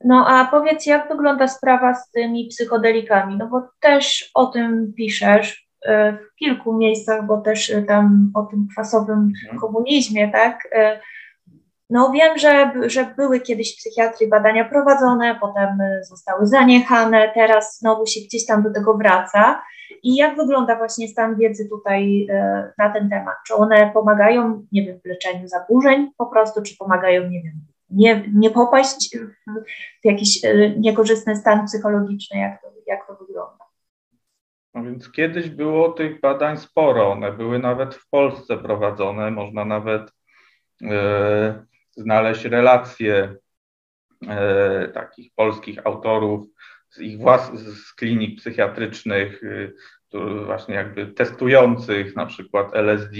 No a powiedz, jak wygląda sprawa z tymi psychodelikami? No bo też o tym piszesz w kilku miejscach, bo też tam o tym kwasowym komunizmie, tak? No wiem, że były kiedyś w psychiatrii badania prowadzone, potem zostały zaniechane, teraz znowu się gdzieś tam do tego wraca. I jak wygląda właśnie stan wiedzy tutaj na ten temat? Czy one pomagają, nie wiem, w leczeniu zaburzeń po prostu, czy pomagają, nie wiem, nie popaść w jakiś niekorzystny stan psychologiczny? Jak to wygląda? No więc kiedyś było tych badań sporo, one były nawet w Polsce prowadzone, można nawet znaleźć relacje takich polskich autorów z ich z klinik psychiatrycznych, właśnie jakby testujących na przykład LSD,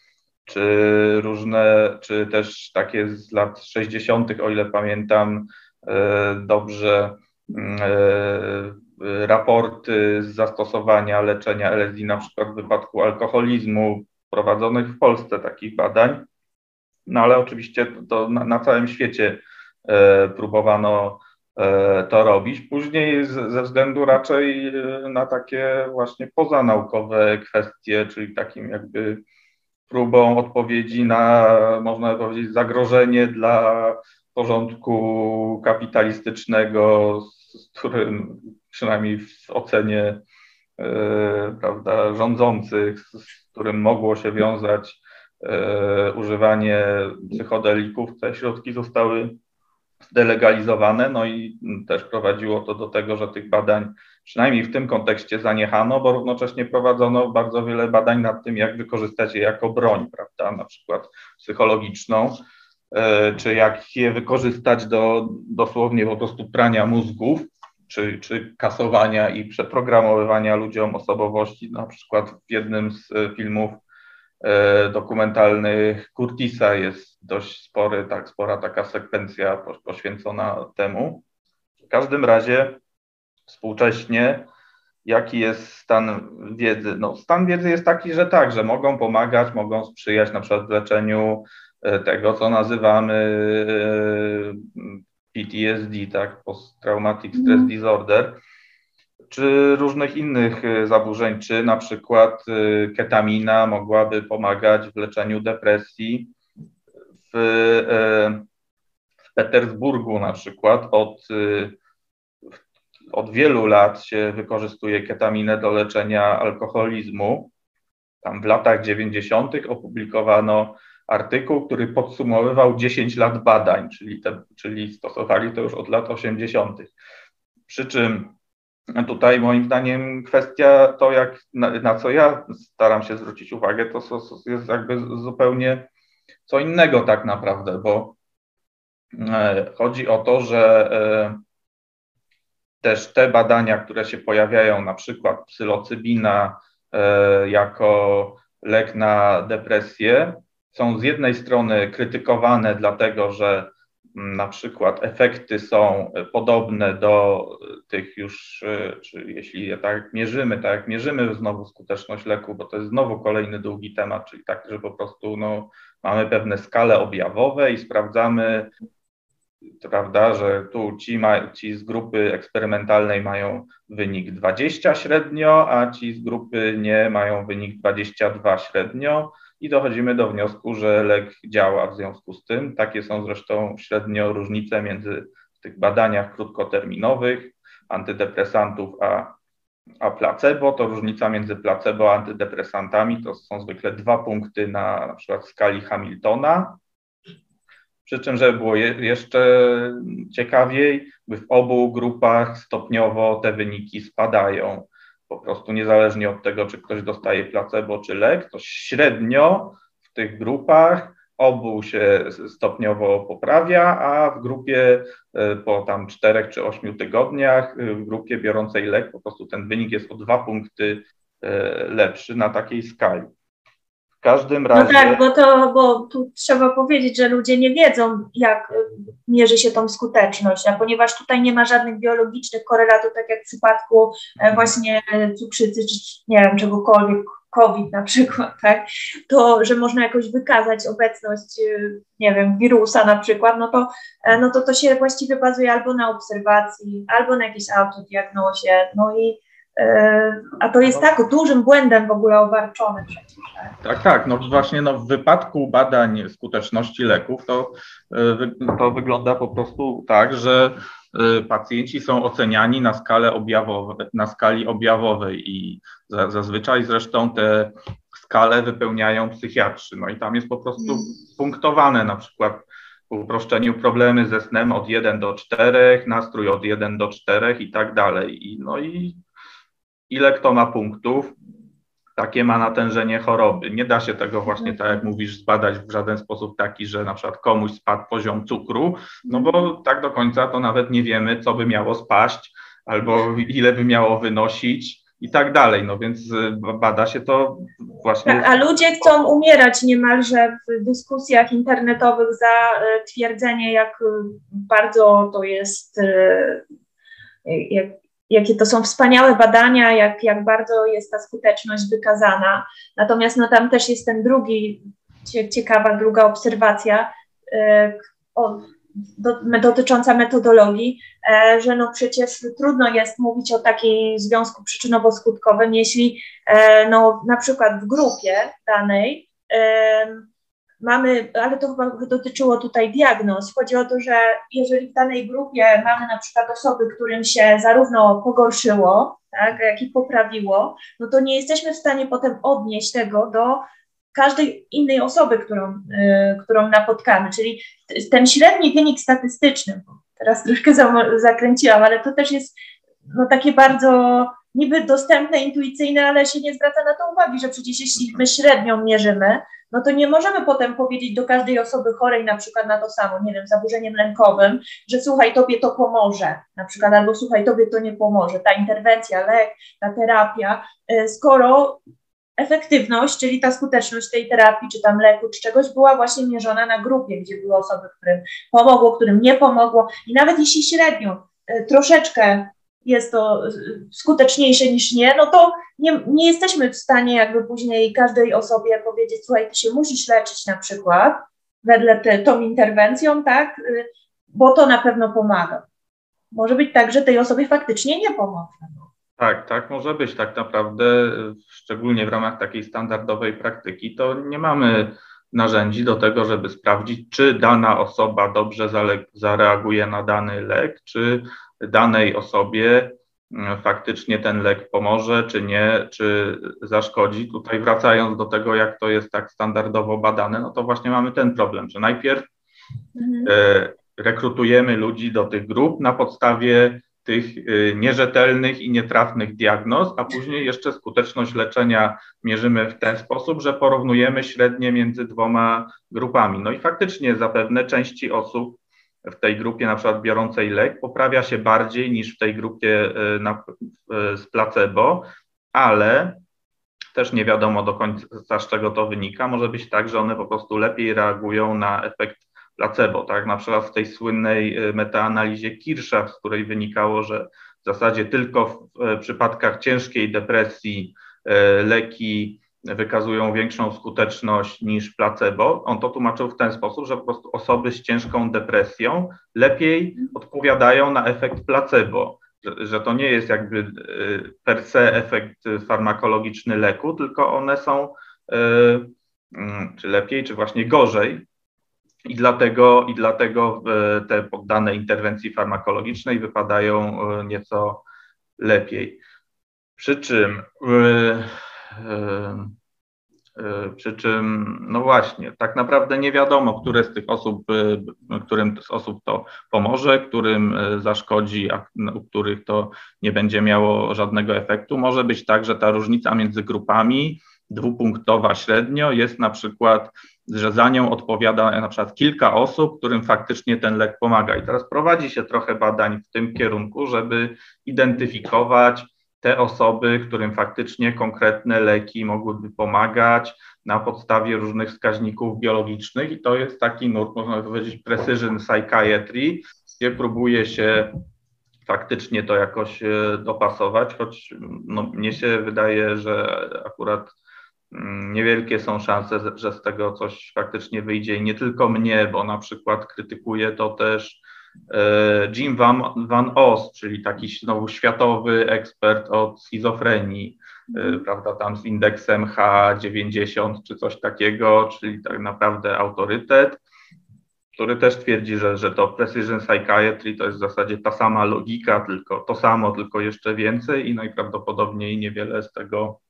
czy też takie z lat 60., o ile pamiętam dobrze, raporty z zastosowania leczenia LSD na przykład w wypadku alkoholizmu, prowadzonych w Polsce takich badań. No ale oczywiście to na całym świecie próbowano to robić. Później ze względu raczej na takie właśnie pozanaukowe kwestie, czyli takim jakby próbą odpowiedzi na, można powiedzieć, zagrożenie dla porządku kapitalistycznego, z którym przynajmniej w ocenie prawda, rządzących, z którym mogło się wiązać używanie psychodelików. Te środki zostały zdelegalizowane, no i też prowadziło to do tego, że tych badań przynajmniej w tym kontekście zaniechano, bo równocześnie prowadzono bardzo wiele badań nad tym, jak wykorzystać je jako broń, prawda, na przykład psychologiczną, czy jak je wykorzystać do dosłownie po prostu prania mózgów, czy kasowania i przeprogramowywania ludziom osobowości. Na przykład w jednym z filmów dokumentalnych Curtisa jest dość spora taka sekwencja poświęcona temu. W każdym razie współcześnie jaki jest stan wiedzy? No, stan wiedzy jest taki, że tak, że mogą pomagać, mogą sprzyjać na przykład w leczeniu tego, co nazywamy PTSD, tak, Post-Traumatic Stress Disorder, czy różnych innych zaburzeń, czy na przykład ketamina mogłaby pomagać w leczeniu depresji. W Petersburgu na przykład od wielu lat się wykorzystuje ketaminę do leczenia alkoholizmu. Tam w latach 90. opublikowano artykuł, który podsumowywał 10 lat badań, czyli stosowali to już od lat 80. Przy czym tutaj moim zdaniem kwestia to, na co ja staram się zwrócić uwagę, to jest jakby zupełnie co innego tak naprawdę, bo chodzi o to, że też te badania, które się pojawiają, na przykład psylocybina jako lek na depresję, są z jednej strony krytykowane dlatego, że na przykład efekty są podobne do tych już, czy jeśli je tak jak mierzymy znowu skuteczność leku, bo to jest znowu kolejny długi temat, czyli tak, że po prostu mamy pewne skale objawowe i sprawdzamy, prawda, że tu ci z grupy eksperymentalnej mają wynik 20 średnio, a ci z grupy nie mają wynik 22 średnio i dochodzimy do wniosku, że lek działa w związku z tym. Takie są zresztą średnio różnice między w tych badaniach krótkoterminowych antydepresantów a placebo. To różnica między placebo a antydepresantami to są zwykle 2 punkty na przykład skali Hamiltona. Przy czym, żeby było jeszcze ciekawiej, w obu grupach stopniowo te wyniki spadają. Po prostu niezależnie od tego, czy ktoś dostaje placebo czy lek, to średnio w tych grupach obu się stopniowo poprawia, a w grupie po tam 4 czy 8 tygodniach, w grupie biorącej lek po prostu ten wynik jest o 2 punkty lepszy na takiej skali. W każdym razie... No tak, bo tu trzeba powiedzieć, że ludzie nie wiedzą, jak mierzy się tą skuteczność, a ponieważ tutaj nie ma żadnych biologicznych korelatów, tak jak w przypadku właśnie cukrzycy, czy nie wiem, czegokolwiek, COVID na przykład, tak, to, że można jakoś wykazać obecność, nie wiem, wirusa na przykład, no to się właściwie bazuje albo na obserwacji, albo na jakiejś autodiagnozie, no i a to jest tak dużym błędem w ogóle obarczone przecież. Tak, no właśnie w wypadku badań skuteczności leków to wygląda po prostu tak, że pacjenci są oceniani na skali objawowej i zazwyczaj zresztą te skale wypełniają psychiatrzy, no i tam jest po prostu punktowane na przykład w uproszczeniu problemy ze snem od 1 do 4, nastrój od 1 do 4 i tak dalej. No i ile kto ma punktów, takie ma natężenie choroby. Nie da się tego właśnie, tak jak mówisz, zbadać w żaden sposób taki, że na przykład komuś spadł poziom cukru, no bo tak do końca to nawet nie wiemy, co by miało spaść, albo ile by miało wynosić i tak dalej. No więc bada się to właśnie. Tak, a ludzie chcą umierać niemalże w dyskusjach internetowych za twierdzenie, jak bardzo to jest, jakie to są wspaniałe badania, jak bardzo jest ta skuteczność wykazana. Natomiast no, tam też jest ten druga obserwacja dotycząca metodologii, że no przecież trudno jest mówić o takim związku przyczynowo-skutkowym, jeśli no, na przykład w grupie danej mamy, ale to chyba dotyczyło tutaj diagnoz. Chodzi o to, że jeżeli w danej grupie mamy na przykład osoby, którym się zarówno pogorszyło, tak, jak i poprawiło, no to nie jesteśmy w stanie potem odnieść tego do każdej innej osoby, którą napotkamy. Czyli ten średni wynik statystyczny, teraz troszkę zakręciłam, ale to też jest no, takie bardzo niby dostępne, intuicyjne, ale się nie zwraca na to uwagi, że przecież jeśli my średnią mierzymy, no to nie możemy potem powiedzieć do każdej osoby chorej na przykład na to samo, nie wiem, zaburzeniem lękowym, że słuchaj, tobie to pomoże, na przykład, albo słuchaj, tobie to nie pomoże, ta interwencja, lek, ta terapia, skoro efektywność, czyli ta skuteczność tej terapii, czy tam leku, czy czegoś była właśnie mierzona na grupie, gdzie były osoby, którym pomogło, którym nie pomogło i nawet jeśli średnio troszeczkę jest to skuteczniejsze niż nie, no to nie jesteśmy w stanie jakby później każdej osobie powiedzieć, słuchaj, ty się musisz leczyć na przykład wedle tą interwencją, tak, bo to na pewno pomaga. Może być tak, że tej osobie faktycznie nie pomoże. Tak, może być tak naprawdę, szczególnie w ramach takiej standardowej praktyki, to nie mamy narzędzi do tego, żeby sprawdzić, czy dana osoba dobrze zareaguje na dany lek, czy danej osobie faktycznie ten lek pomoże, czy nie, czy zaszkodzi. Tutaj wracając do tego, jak to jest tak standardowo badane, no to właśnie mamy ten problem, że najpierw rekrutujemy ludzi do tych grup na podstawie tych nierzetelnych i nietrafnych diagnoz, a później jeszcze skuteczność leczenia mierzymy w ten sposób, że porównujemy średnie między dwoma grupami. No i faktycznie zapewne części osób w tej grupie na przykład biorącej lek poprawia się bardziej niż w tej grupie z placebo, ale też nie wiadomo do końca, z czego to wynika. Może być tak, że one po prostu lepiej reagują na efekt placebo, tak? Na przykład w tej słynnej metaanalizie Kirscha, z której wynikało, że w zasadzie tylko w przypadkach ciężkiej depresji leki wykazują większą skuteczność niż placebo. On to tłumaczył w ten sposób, że po prostu osoby z ciężką depresją lepiej odpowiadają na efekt placebo, że to nie jest jakby per se efekt farmakologiczny leku, tylko one są czy lepiej, czy właśnie gorzej. I dlatego te poddane interwencji farmakologicznej wypadają nieco lepiej. Przy czym, no właśnie, tak naprawdę nie wiadomo, którym z osób to pomoże, którym zaszkodzi, a u których to nie będzie miało żadnego efektu. Może być tak, że ta różnica między grupami dwupunktowa średnio jest na przykład, że za nią odpowiada na przykład kilka osób, którym faktycznie ten lek pomaga. I teraz prowadzi się trochę badań w tym kierunku, żeby identyfikować te osoby, którym faktycznie konkretne leki mogłyby pomagać na podstawie różnych wskaźników biologicznych. I to jest taki nurt, można powiedzieć, precision psychiatry, gdzie próbuje się faktycznie to jakoś dopasować, choć no, mnie się wydaje, że akurat niewielkie są szanse, że z tego coś faktycznie wyjdzie i nie tylko mnie, bo na przykład krytykuje to też Jim Van Os, czyli taki znowu światowy ekspert od schizofrenii, prawda, tam z indeksem H90 czy coś takiego, czyli tak naprawdę autorytet, który też twierdzi, że to precision psychiatry to jest w zasadzie ta sama logika, tylko to samo, tylko jeszcze więcej i najprawdopodobniej niewiele z tego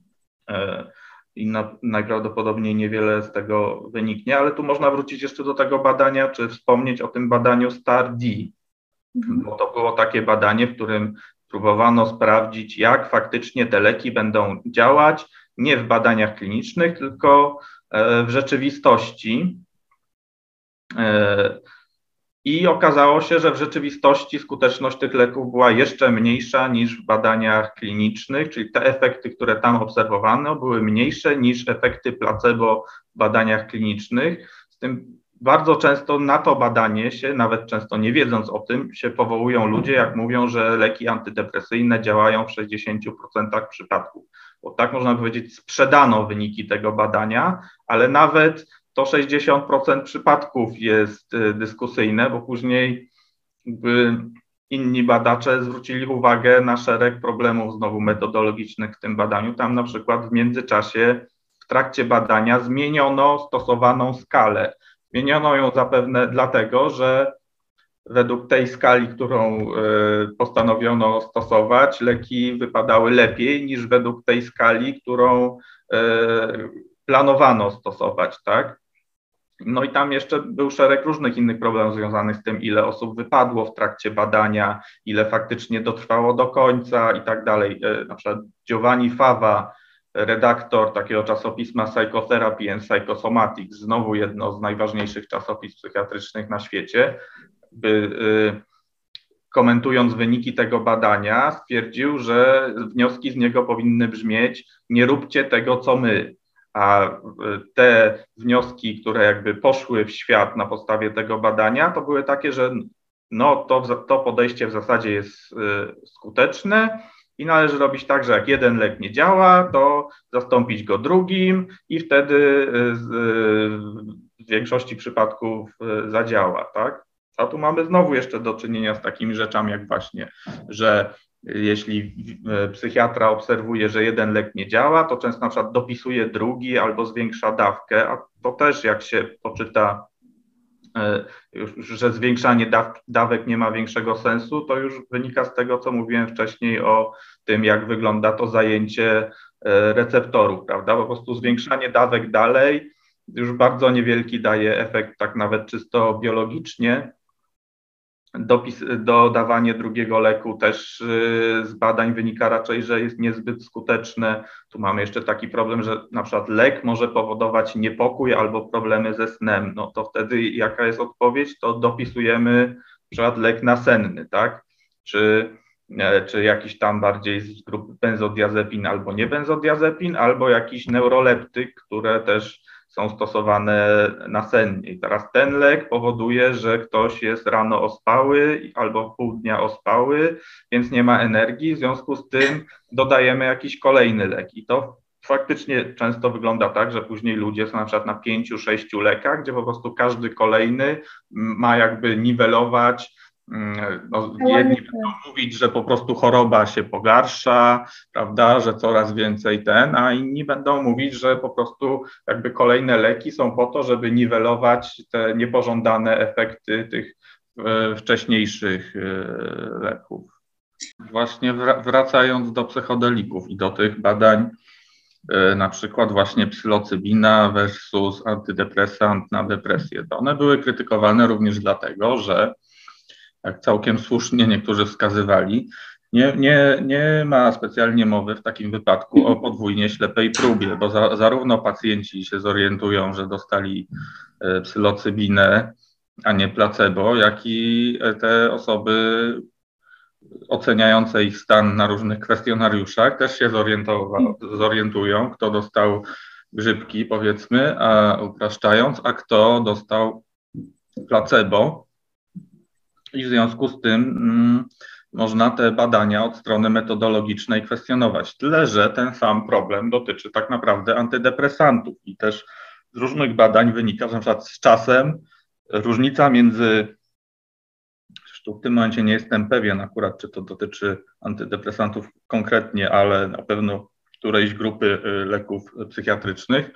najprawdopodobniej niewiele z tego wyniknie, ale tu można wrócić jeszcze do tego badania, czy wspomnieć o tym badaniu STAR-D, bo to było takie badanie, w którym próbowano sprawdzić, jak faktycznie te leki będą działać, nie w badaniach klinicznych, tylko w rzeczywistości. I okazało się, że w rzeczywistości skuteczność tych leków była jeszcze mniejsza niż w badaniach klinicznych, czyli te efekty, które tam obserwowano, były mniejsze niż efekty placebo w badaniach klinicznych. Z tym bardzo często na to badanie się, nawet często nie wiedząc o tym, się powołują ludzie, jak mówią, że leki antydepresyjne działają w 60% przypadków. Bo tak można powiedzieć, sprzedano wyniki tego badania, ale nawet to 60% przypadków jest dyskusyjne, bo później inni badacze zwrócili uwagę na szereg problemów znowu metodologicznych w tym badaniu. Tam na przykład w międzyczasie w trakcie badania zmieniono stosowaną skalę. Zmieniono ją zapewne dlatego, że według tej skali, którą postanowiono stosować, leki wypadały lepiej niż według tej skali, którą planowano stosować, tak? No i tam jeszcze był szereg różnych innych problemów związanych z tym, ile osób wypadło w trakcie badania, ile faktycznie dotrwało do końca i tak dalej. Na przykład Giovanni Fava, redaktor takiego czasopisma Psychotherapy and Psychosomatics, znowu jedno z najważniejszych czasopism psychiatrycznych na świecie, komentując wyniki tego badania, stwierdził, że wnioski z niego powinny brzmieć: nie róbcie tego, co my. A te wnioski, które jakby poszły w świat na podstawie tego badania, to były takie, że no to podejście w zasadzie jest skuteczne i należy robić tak, że jak jeden lek nie działa, to zastąpić go drugim i wtedy w większości przypadków zadziała, tak? A tu mamy znowu jeszcze do czynienia z takimi rzeczami jak właśnie, że jeśli psychiatra obserwuje, że jeden lek nie działa, to często na przykład dopisuje drugi albo zwiększa dawkę, a to też jak się poczyta, że zwiększanie dawek nie ma większego sensu, to już wynika z tego, co mówiłem wcześniej o tym, jak wygląda to zajęcie receptorów, prawda? Po prostu zwiększanie dawek dalej już bardzo niewielki daje efekt, tak nawet czysto biologicznie. Dodawanie drugiego leku też z badań wynika raczej, że jest niezbyt skuteczne. Tu mamy jeszcze taki problem, że na przykład lek może powodować niepokój albo problemy ze snem. No to wtedy jaka jest odpowiedź? To dopisujemy na przykład lek nasenny, tak? Czy jakiś tam bardziej z grupy benzodiazepin albo nie benzodiazepin, albo jakiś neuroleptyk, które też są stosowane nasennie. I teraz ten lek powoduje, że ktoś jest rano ospały albo w pół dnia ospały, więc nie ma energii, w związku z tym dodajemy jakiś kolejny lek. I to faktycznie często wygląda tak, że później ludzie są na przykład na 5-6 lekach, gdzie po prostu każdy kolejny ma jakby niwelować. No, jedni będą mówić, że po prostu choroba się pogarsza, prawda, że coraz więcej a inni będą mówić, że po prostu jakby kolejne leki są po to, żeby niwelować te niepożądane efekty tych wcześniejszych leków. Właśnie wracając do psychodelików i do tych badań, na przykład właśnie psylocybina versus antydepresant na depresję, to one były krytykowane również dlatego, że jak całkiem słusznie niektórzy wskazywali, nie ma specjalnie mowy w takim wypadku o podwójnie ślepej próbie, bo zarówno pacjenci się zorientują, że dostali psylocybinę, a nie placebo, jak i te osoby oceniające ich stan na różnych kwestionariuszach też się zorientują, kto dostał grzybki, powiedzmy, upraszczając, a kto dostał placebo. I w związku z tym można te badania od strony metodologicznej kwestionować. Tyle, że ten sam problem dotyczy tak naprawdę antydepresantów i też z różnych badań wynika, że na przykład z czasem różnica między, zresztą w tym momencie nie jestem pewien akurat, czy to dotyczy antydepresantów konkretnie, ale na pewno którejś grupy leków psychiatrycznych,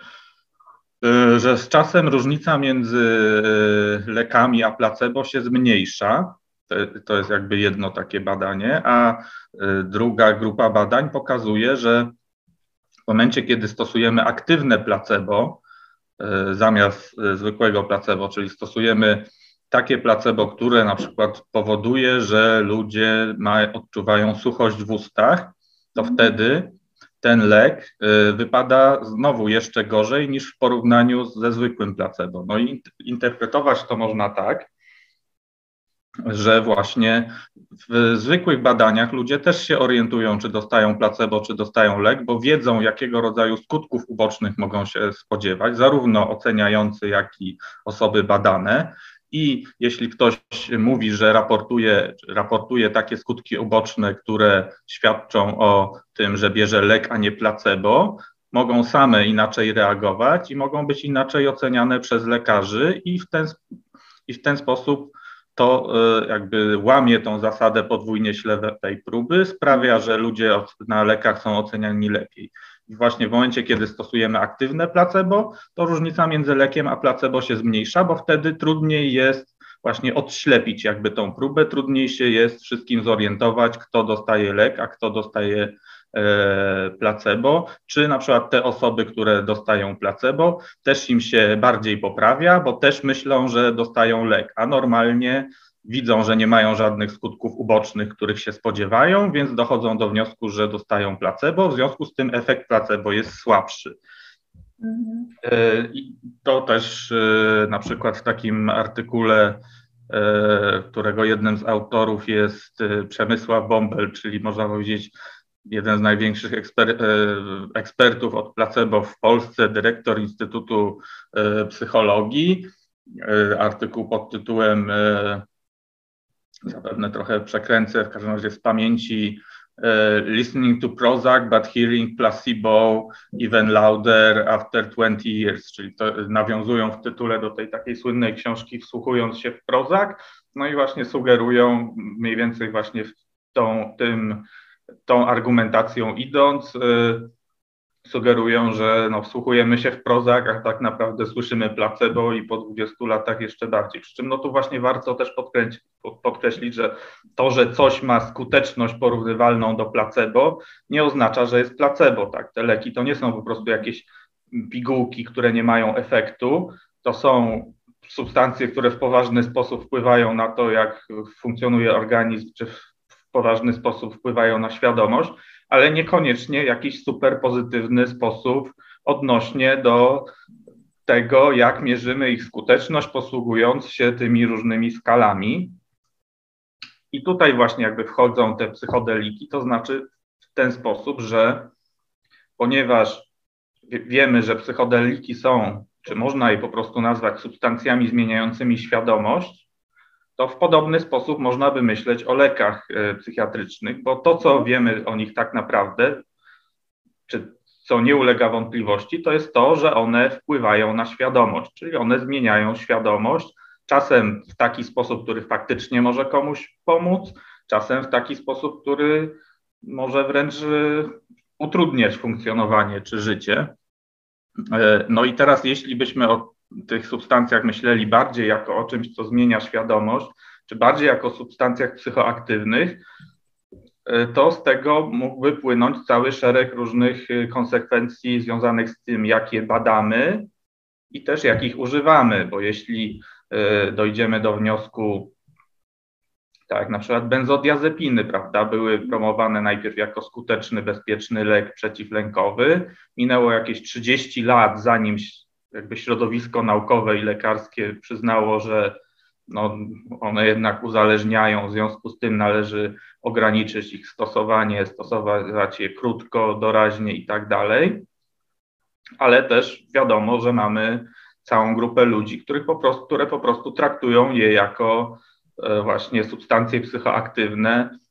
że z czasem różnica między lekami a placebo się zmniejsza. To jest jakby jedno takie badanie, a druga grupa badań pokazuje, że w momencie, kiedy stosujemy aktywne placebo zamiast zwykłego placebo, czyli stosujemy takie placebo, które na przykład powoduje, że ludzie odczuwają suchość w ustach, to wtedy ten lek wypada znowu jeszcze gorzej niż w porównaniu ze zwykłym placebo. No i interpretować to można tak, że właśnie w zwykłych badaniach ludzie też się orientują, czy dostają placebo, czy dostają lek, bo wiedzą, jakiego rodzaju skutków ubocznych mogą się spodziewać, zarówno oceniający, jak i osoby badane. I jeśli ktoś mówi, że raportuje takie skutki uboczne, które świadczą o tym, że bierze lek, a nie placebo, mogą same inaczej reagować i mogą być inaczej oceniane przez lekarzy i w ten sposób to jakby łamie tą zasadę podwójnie ślepej próby, sprawia, że ludzie na lekach są oceniani lepiej. I właśnie w momencie, kiedy stosujemy aktywne placebo, to różnica między lekiem a placebo się zmniejsza, bo wtedy trudniej jest właśnie odślepić jakby tą próbę, trudniej się jest wszystkim zorientować, kto dostaje lek, a kto dostaje placebo, czy na przykład te osoby, które dostają placebo, też im się bardziej poprawia, bo też myślą, że dostają lek, a normalnie widzą, że nie mają żadnych skutków ubocznych, których się spodziewają, więc dochodzą do wniosku, że dostają placebo, w związku z tym efekt placebo jest słabszy. I to też na przykład w takim artykule, którego jednym z autorów jest Przemysław Bąbel, czyli można powiedzieć jeden z największych ekspertów od placebo w Polsce, dyrektor Instytutu Psychologii. Artykuł pod tytułem, zapewne trochę przekręcę, w każdym razie z pamięci, Listening to Prozac but hearing placebo even louder after 20 years, czyli to nawiązują w tytule do tej takiej słynnej książki Wsłuchując się w Prozac, no i właśnie sugerują mniej więcej właśnie tą argumentacją idąc, sugerują, że no, wsłuchujemy się w Prozac, a tak naprawdę słyszymy placebo i po 20 latach jeszcze bardziej. Przy czym no tu właśnie warto też podkreślić, że to, że coś ma skuteczność porównywalną do placebo, nie oznacza, że jest placebo. Tak? Te leki to nie są po prostu jakieś pigułki, które nie mają efektu, to są substancje, które w poważny sposób wpływają na to, jak funkcjonuje organizm, czy w poważny sposób wpływają na świadomość, ale niekoniecznie jakiś super pozytywny sposób odnośnie do tego, jak mierzymy ich skuteczność, posługując się tymi różnymi skalami. I tutaj właśnie jakby wchodzą te psychodeliki, to znaczy w ten sposób, że ponieważ wiemy, że psychodeliki są, czy można je po prostu nazwać substancjami zmieniającymi świadomość, to w podobny sposób można by myśleć o lekach psychiatrycznych, bo to, co wiemy o nich tak naprawdę, czy co nie ulega wątpliwości, to jest to, że one wpływają na świadomość, czyli one zmieniają świadomość, czasem w taki sposób, który faktycznie może komuś pomóc, czasem w taki sposób, który może wręcz utrudniać funkcjonowanie czy życie. No i teraz, jeśli byśmy o tych substancjach myśleli bardziej jako o czymś, co zmienia świadomość, czy bardziej jako o substancjach psychoaktywnych, to z tego mógłby płynąć cały szereg różnych konsekwencji związanych z tym, jak je badamy i też jak ich używamy, bo jeśli dojdziemy do wniosku, tak jak na przykład benzodiazepiny, prawda, były promowane najpierw jako skuteczny, bezpieczny lek przeciwlękowy, minęło jakieś 30 lat, zanim jakby środowisko naukowe i lekarskie przyznało, że no, one jednak uzależniają, w związku z tym należy ograniczyć ich stosowanie, stosować je krótko, doraźnie i tak dalej, ale też wiadomo, że mamy całą grupę ludzi, które po prostu traktują je jako właśnie substancje psychoaktywne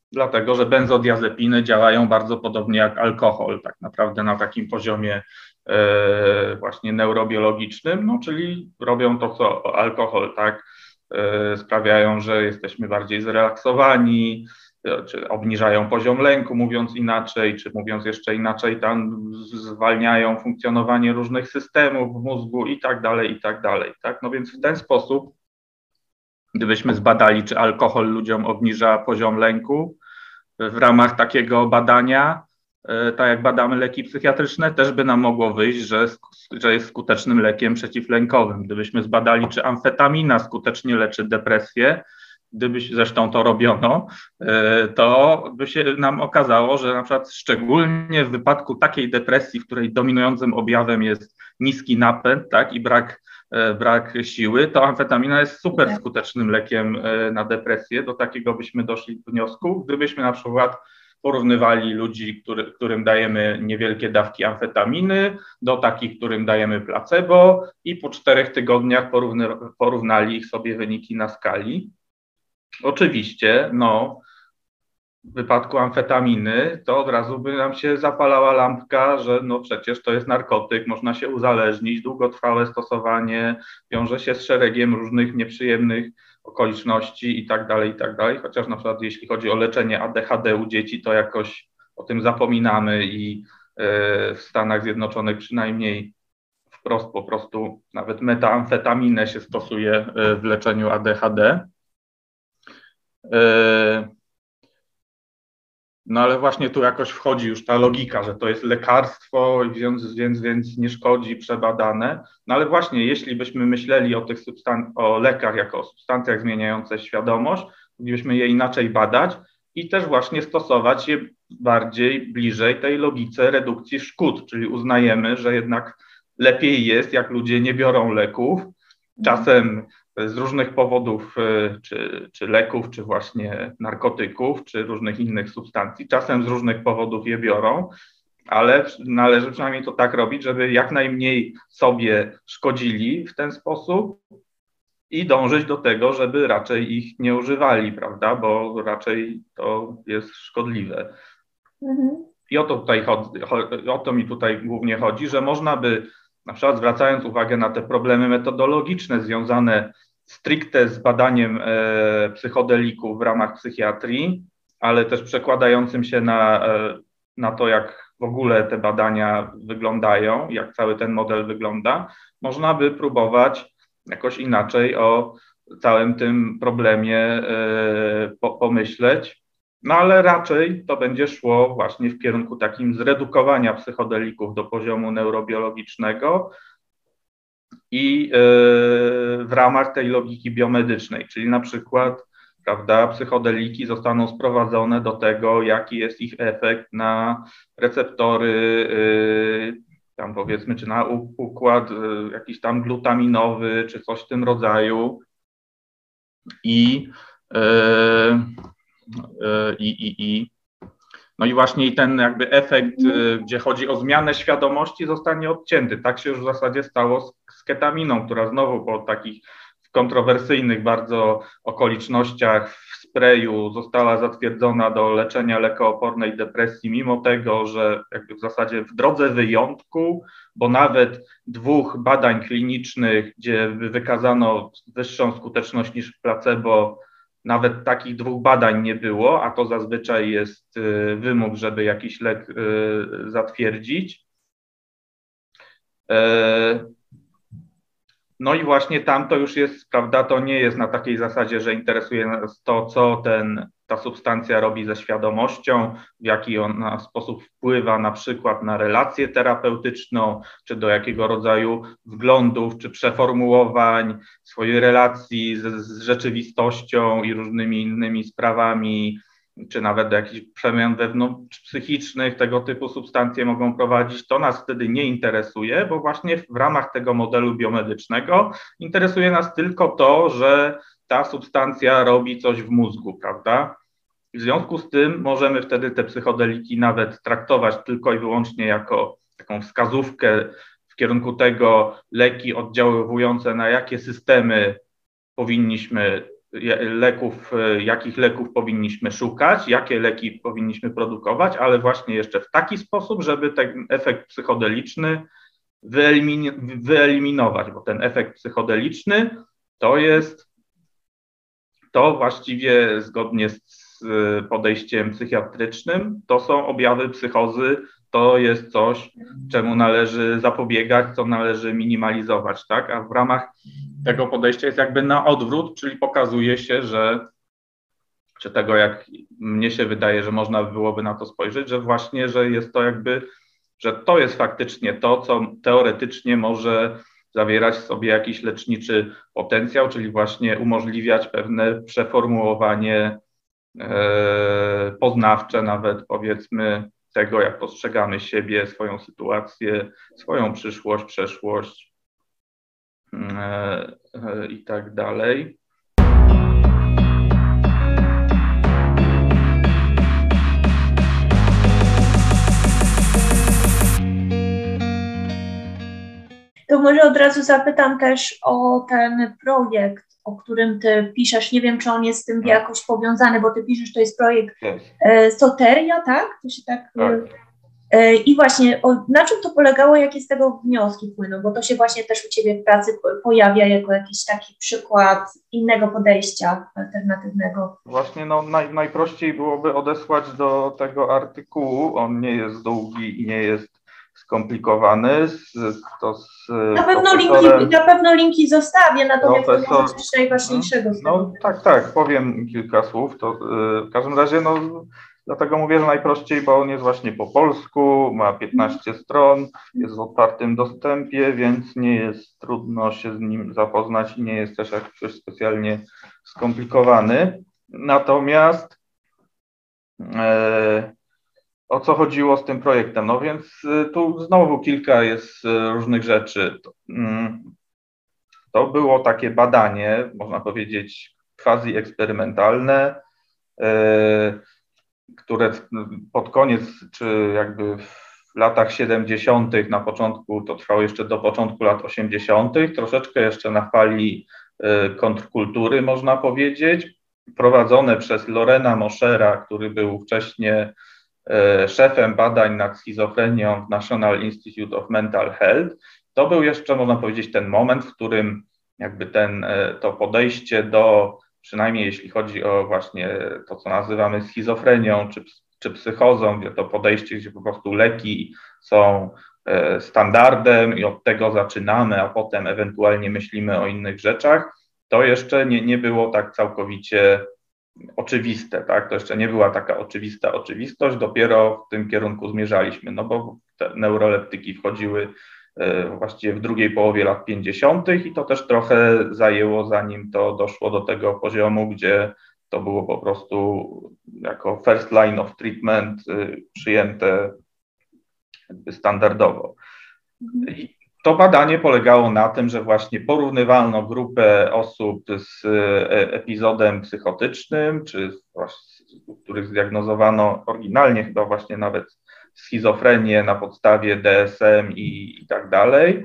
dlatego że benzodiazepiny działają bardzo podobnie jak alkohol, tak naprawdę na takim poziomie właśnie neurobiologicznym, no czyli robią to, co alkohol, tak, sprawiają, że jesteśmy bardziej zrelaksowani, czy obniżają poziom lęku, mówiąc inaczej, czy mówiąc jeszcze inaczej, tam zwalniają funkcjonowanie różnych systemów w mózgu i tak dalej, tak? No więc w ten sposób, gdybyśmy zbadali, czy alkohol ludziom obniża poziom lęku, w ramach takiego badania, tak jak badamy leki psychiatryczne, też by nam mogło wyjść, że jest skutecznym lekiem przeciwlękowym. Gdybyśmy zbadali, czy amfetamina skutecznie leczy depresję, zresztą to robiono, to by się nam okazało, że na przykład szczególnie w wypadku takiej depresji, w której dominującym objawem jest niski napęd, tak, i brak siły, to amfetamina jest super skutecznym lekiem na depresję. Do takiego byśmy doszli do wniosku, gdybyśmy na przykład porównywali ludzi, którym dajemy niewielkie dawki amfetaminy, do takich, którym dajemy placebo i po 4 tygodniach porównali ich sobie wyniki na skali. Oczywiście, no, w wypadku amfetaminy to od razu by nam się zapalała lampka, że no przecież to jest narkotyk, można się uzależnić, długotrwałe stosowanie wiąże się z szeregiem różnych nieprzyjemnych okoliczności i tak dalej, chociaż na przykład jeśli chodzi o leczenie ADHD u dzieci, to jakoś o tym zapominamy i w Stanach Zjednoczonych przynajmniej wprost po prostu nawet metamfetaminę się stosuje w leczeniu ADHD. No ale właśnie tu jakoś wchodzi już ta logika, że to jest lekarstwo, więc nie szkodzi, przebadane. No ale właśnie, jeśli byśmy myśleli o lekach jako o substancjach zmieniających świadomość, moglibyśmy je inaczej badać i też właśnie stosować je bliżej tej logice redukcji szkód, czyli uznajemy, że jednak lepiej jest, jak ludzie nie biorą leków, czasem z różnych powodów, czy leków, czy właśnie narkotyków, czy różnych innych substancji. Czasem z różnych powodów je biorą, ale należy przynajmniej to tak robić, żeby jak najmniej sobie szkodzili w ten sposób i dążyć do tego, żeby raczej ich nie używali, prawda, bo raczej to jest szkodliwe. I o to mi tutaj głównie chodzi, że można by, na przykład zwracając uwagę na te problemy metodologiczne związane stricte z badaniem psychodelików w ramach psychiatrii, ale też przekładającym się na to, jak w ogóle te badania wyglądają, jak cały ten model wygląda, można by próbować jakoś inaczej o całym tym problemie pomyśleć. No ale raczej to będzie szło właśnie w kierunku takim zredukowania psychodelików do poziomu neurobiologicznego i w ramach tej logiki biomedycznej, czyli na przykład, prawda, psychodeliki zostaną sprowadzone do tego, jaki jest ich efekt na receptory, tam powiedzmy, czy na układ jakiś tam glutaminowy, czy coś w tym rodzaju no i właśnie ten jakby efekt, gdzie chodzi o zmianę świadomości, zostanie odcięty. Tak się już w zasadzie stało z ketaminą, która znowu po takich kontrowersyjnych bardzo okolicznościach w sprayu została zatwierdzona do leczenia lekoopornej depresji, mimo tego, że jakby w zasadzie w drodze wyjątku, bo nawet 2 badań klinicznych, gdzie wykazano wyższą skuteczność niż placebo, nawet takich 2 badań nie było, a to zazwyczaj jest wymóg, żeby jakiś lek zatwierdzić. No i właśnie tam to już jest, prawda, to nie jest na takiej zasadzie, że interesuje nas to, co ta substancja robi ze świadomością, w jaki ona sposób wpływa na przykład na relację terapeutyczną, czy do jakiego rodzaju wglądów, czy przeformułowań swojej relacji z rzeczywistością i różnymi innymi sprawami, czy nawet do jakichś przemian wewnątrzpsychicznych tego typu substancje mogą prowadzić, to nas wtedy nie interesuje, bo właśnie w ramach tego modelu biomedycznego interesuje nas tylko to, że ta substancja robi coś w mózgu, prawda? W związku z tym możemy wtedy te psychodeliki nawet traktować tylko i wyłącznie jako taką wskazówkę w kierunku tego, leki oddziaływujące na jakie systemy powinniśmy leków, jakich leków powinniśmy szukać, jakie leki powinniśmy produkować, ale właśnie jeszcze w taki sposób, żeby ten efekt psychodeliczny wyeliminować, bo ten efekt psychodeliczny to właściwie zgodnie z podejściem psychiatrycznym, to są objawy psychozy, to jest coś, czemu należy zapobiegać, co należy minimalizować, tak? A w ramach tego podejścia jest jakby na odwrót, czyli pokazuje się, czy tego jak mnie się wydaje, że można byłoby na to spojrzeć, że właśnie, że jest to jakby, że to jest faktycznie to, co teoretycznie może zawierać w sobie jakiś leczniczy potencjał, czyli właśnie umożliwiać pewne przeformułowanie poznawcze nawet, powiedzmy, tego, jak postrzegamy siebie, swoją sytuację, swoją przyszłość, przeszłość i tak dalej. To może od razu zapytam też o ten projekt, o którym ty piszesz. Nie wiem, czy on jest z tym jakoś powiązany, bo ty piszesz, to jest projekt Soteria, tak? To się tak. I właśnie, na czym to polegało, jakie z tego wnioski płyną? Bo to się właśnie też u ciebie w pracy pojawia jako jakiś taki przykład innego podejścia alternatywnego. Właśnie najprościej byłoby odesłać do tego artykułu. On nie jest długi i nie jest skomplikowany. Na pewno linki zostawię, natomiast to jest coś najważniejszego. Tak, powiem kilka słów. To w każdym razie, dlatego mówię, że najprościej, bo on jest właśnie po polsku, ma 15 stron, jest w otwartym dostępie, więc nie jest trudno się z nim zapoznać i nie jest też jakoś specjalnie skomplikowany. Natomiast o co chodziło z tym projektem? No więc tu znowu kilka jest różnych rzeczy. To było takie badanie, można powiedzieć, quasi eksperymentalne, które pod koniec, czy jakby w latach 70., na początku, to trwało jeszcze do początku lat 80., troszeczkę jeszcze na fali kontrkultury, można powiedzieć, prowadzone przez Lorena Moschera, który był wcześniej szefem badań nad schizofrenią w National Institute of Mental Health. To był jeszcze, można powiedzieć, ten moment, w którym jakby to podejście do, przynajmniej jeśli chodzi o właśnie to, co nazywamy schizofrenią czy psychozą, gdzie to podejście, gdzie po prostu leki są standardem i od tego zaczynamy, a potem ewentualnie myślimy o innych rzeczach, to jeszcze nie było tak całkowicie oczywiste, tak? To jeszcze nie była taka oczywista oczywistość, dopiero w tym kierunku zmierzaliśmy, bo te neuroleptyki wchodziły właściwie w drugiej połowie lat 50. i to też trochę zajęło, zanim to doszło do tego poziomu, gdzie to było po prostu jako first line of treatment przyjęte jakby standardowo. I to badanie polegało na tym, że właśnie porównywano grupę osób z epizodem psychotycznym, czy u których zdiagnozowano oryginalnie chyba właśnie nawet schizofrenię na podstawie DSM i tak dalej.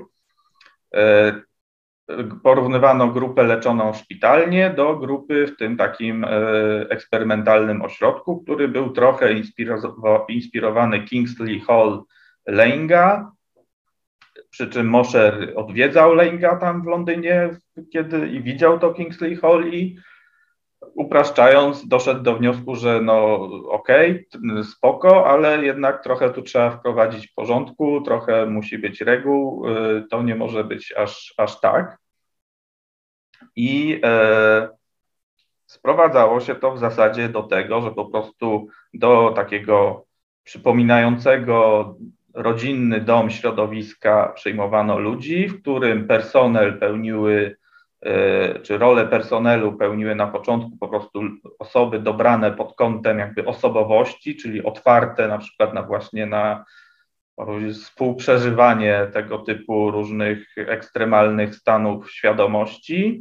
Porównywano grupę leczoną szpitalnie do grupy w tym takim eksperymentalnym ośrodku, który był trochę inspirowany Kingsley Hall Lainga, przy czym Mosher odwiedzał Lainga tam w Londynie i widział to Kingsley Hall i upraszczając doszedł do wniosku, że okej, spoko, ale jednak trochę tu trzeba wprowadzić porządku, trochę musi być reguł, to nie może być aż tak. I sprowadzało się to w zasadzie do tego, że po prostu do takiego przypominającego rodzinny dom środowiska przyjmowano ludzi, w którym personel czy rolę personelu pełniły na początku po prostu osoby dobrane pod kątem jakby osobowości, czyli otwarte na przykład na współprzeżywanie tego typu różnych ekstremalnych stanów świadomości.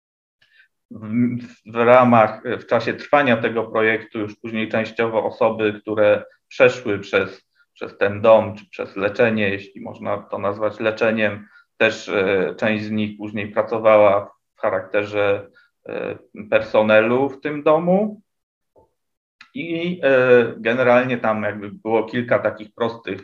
W czasie trwania tego projektu już później częściowo osoby, które przeszły przez ten dom, czy przez leczenie, jeśli można to nazwać leczeniem, też część z nich później pracowała w charakterze personelu w tym domu. I generalnie tam jakby było kilka takich prostych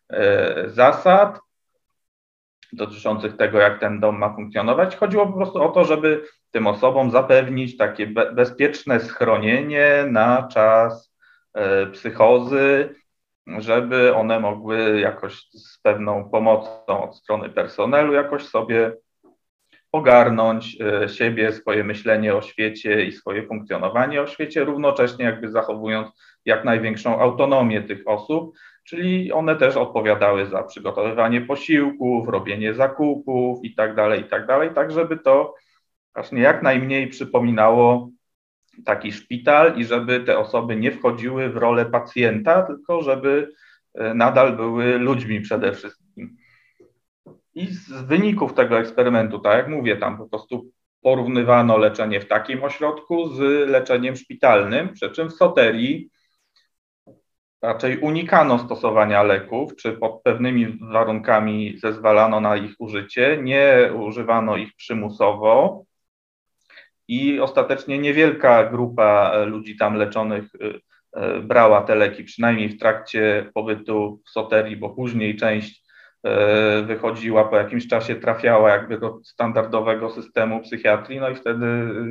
zasad dotyczących tego, jak ten dom ma funkcjonować. Chodziło po prostu o to, żeby tym osobom zapewnić takie bezpieczne schronienie na czas psychozy, żeby one mogły jakoś z pewną pomocą od strony personelu jakoś sobie ogarnąć siebie, swoje myślenie o świecie i swoje funkcjonowanie o świecie, równocześnie jakby zachowując jak największą autonomię tych osób, czyli one też odpowiadały za przygotowywanie posiłków, robienie zakupów i tak dalej, tak żeby to właśnie jak najmniej przypominało taki szpital i żeby te osoby nie wchodziły w rolę pacjenta, tylko żeby nadal były ludźmi przede wszystkim. I z wyników tego eksperymentu, tak jak mówię, tam po prostu porównywano leczenie w takim ośrodku z leczeniem szpitalnym, przy czym w Soterii raczej unikano stosowania leków, czy pod pewnymi warunkami zezwalano na ich użycie, nie używano ich przymusowo i ostatecznie niewielka grupa ludzi tam leczonych brała te leki, przynajmniej w trakcie pobytu w Soterii, bo później część wychodziła, po jakimś czasie trafiała jakby do standardowego systemu psychiatrii, no i wtedy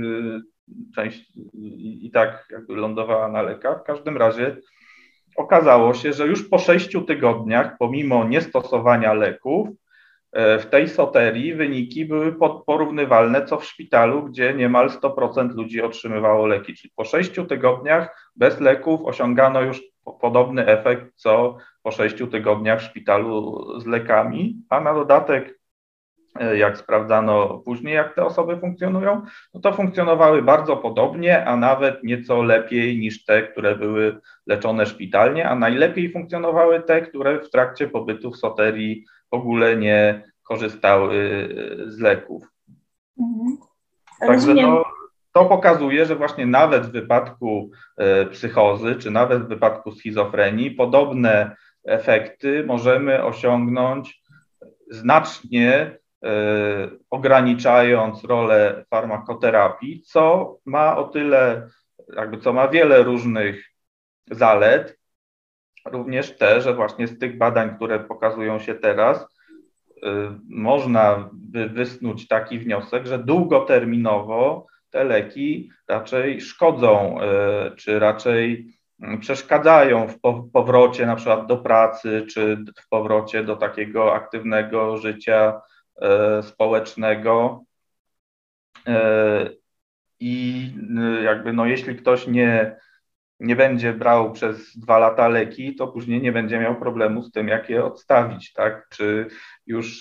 część i tak jakby lądowała na lekach. W każdym razie okazało się, że już po 6 tygodniach, pomimo niestosowania leków, w tej Soterii wyniki były porównywalne co w szpitalu, gdzie niemal 100% ludzi otrzymywało leki. Czyli po 6 tygodniach bez leków osiągano już podobny efekt co po 6 tygodniach w szpitalu z lekami, a na dodatek, jak sprawdzano później, jak te osoby funkcjonują, no to funkcjonowały bardzo podobnie, a nawet nieco lepiej niż te, które były leczone szpitalnie, a najlepiej funkcjonowały te, które w trakcie pobytu w Soterii w ogóle nie korzystały z leków. Także no, to pokazuje, że właśnie nawet w wypadku psychozy, czy nawet w wypadku schizofrenii podobne efekty możemy osiągnąć znacznie ograniczając rolę farmakoterapii, co ma o tyle, co ma wiele różnych zalet, również te, że właśnie z tych badań, które pokazują się teraz, można by wysnuć taki wniosek, że długoterminowo te leki raczej szkodzą, czy raczej przeszkadzają w powrocie na przykład do pracy, czy w powrocie do takiego aktywnego życia społecznego. I jakby no jeśli ktoś nie będzie brał przez 2 lata leki, to później nie będzie miał problemu z tym, jak je odstawić, tak? Czy już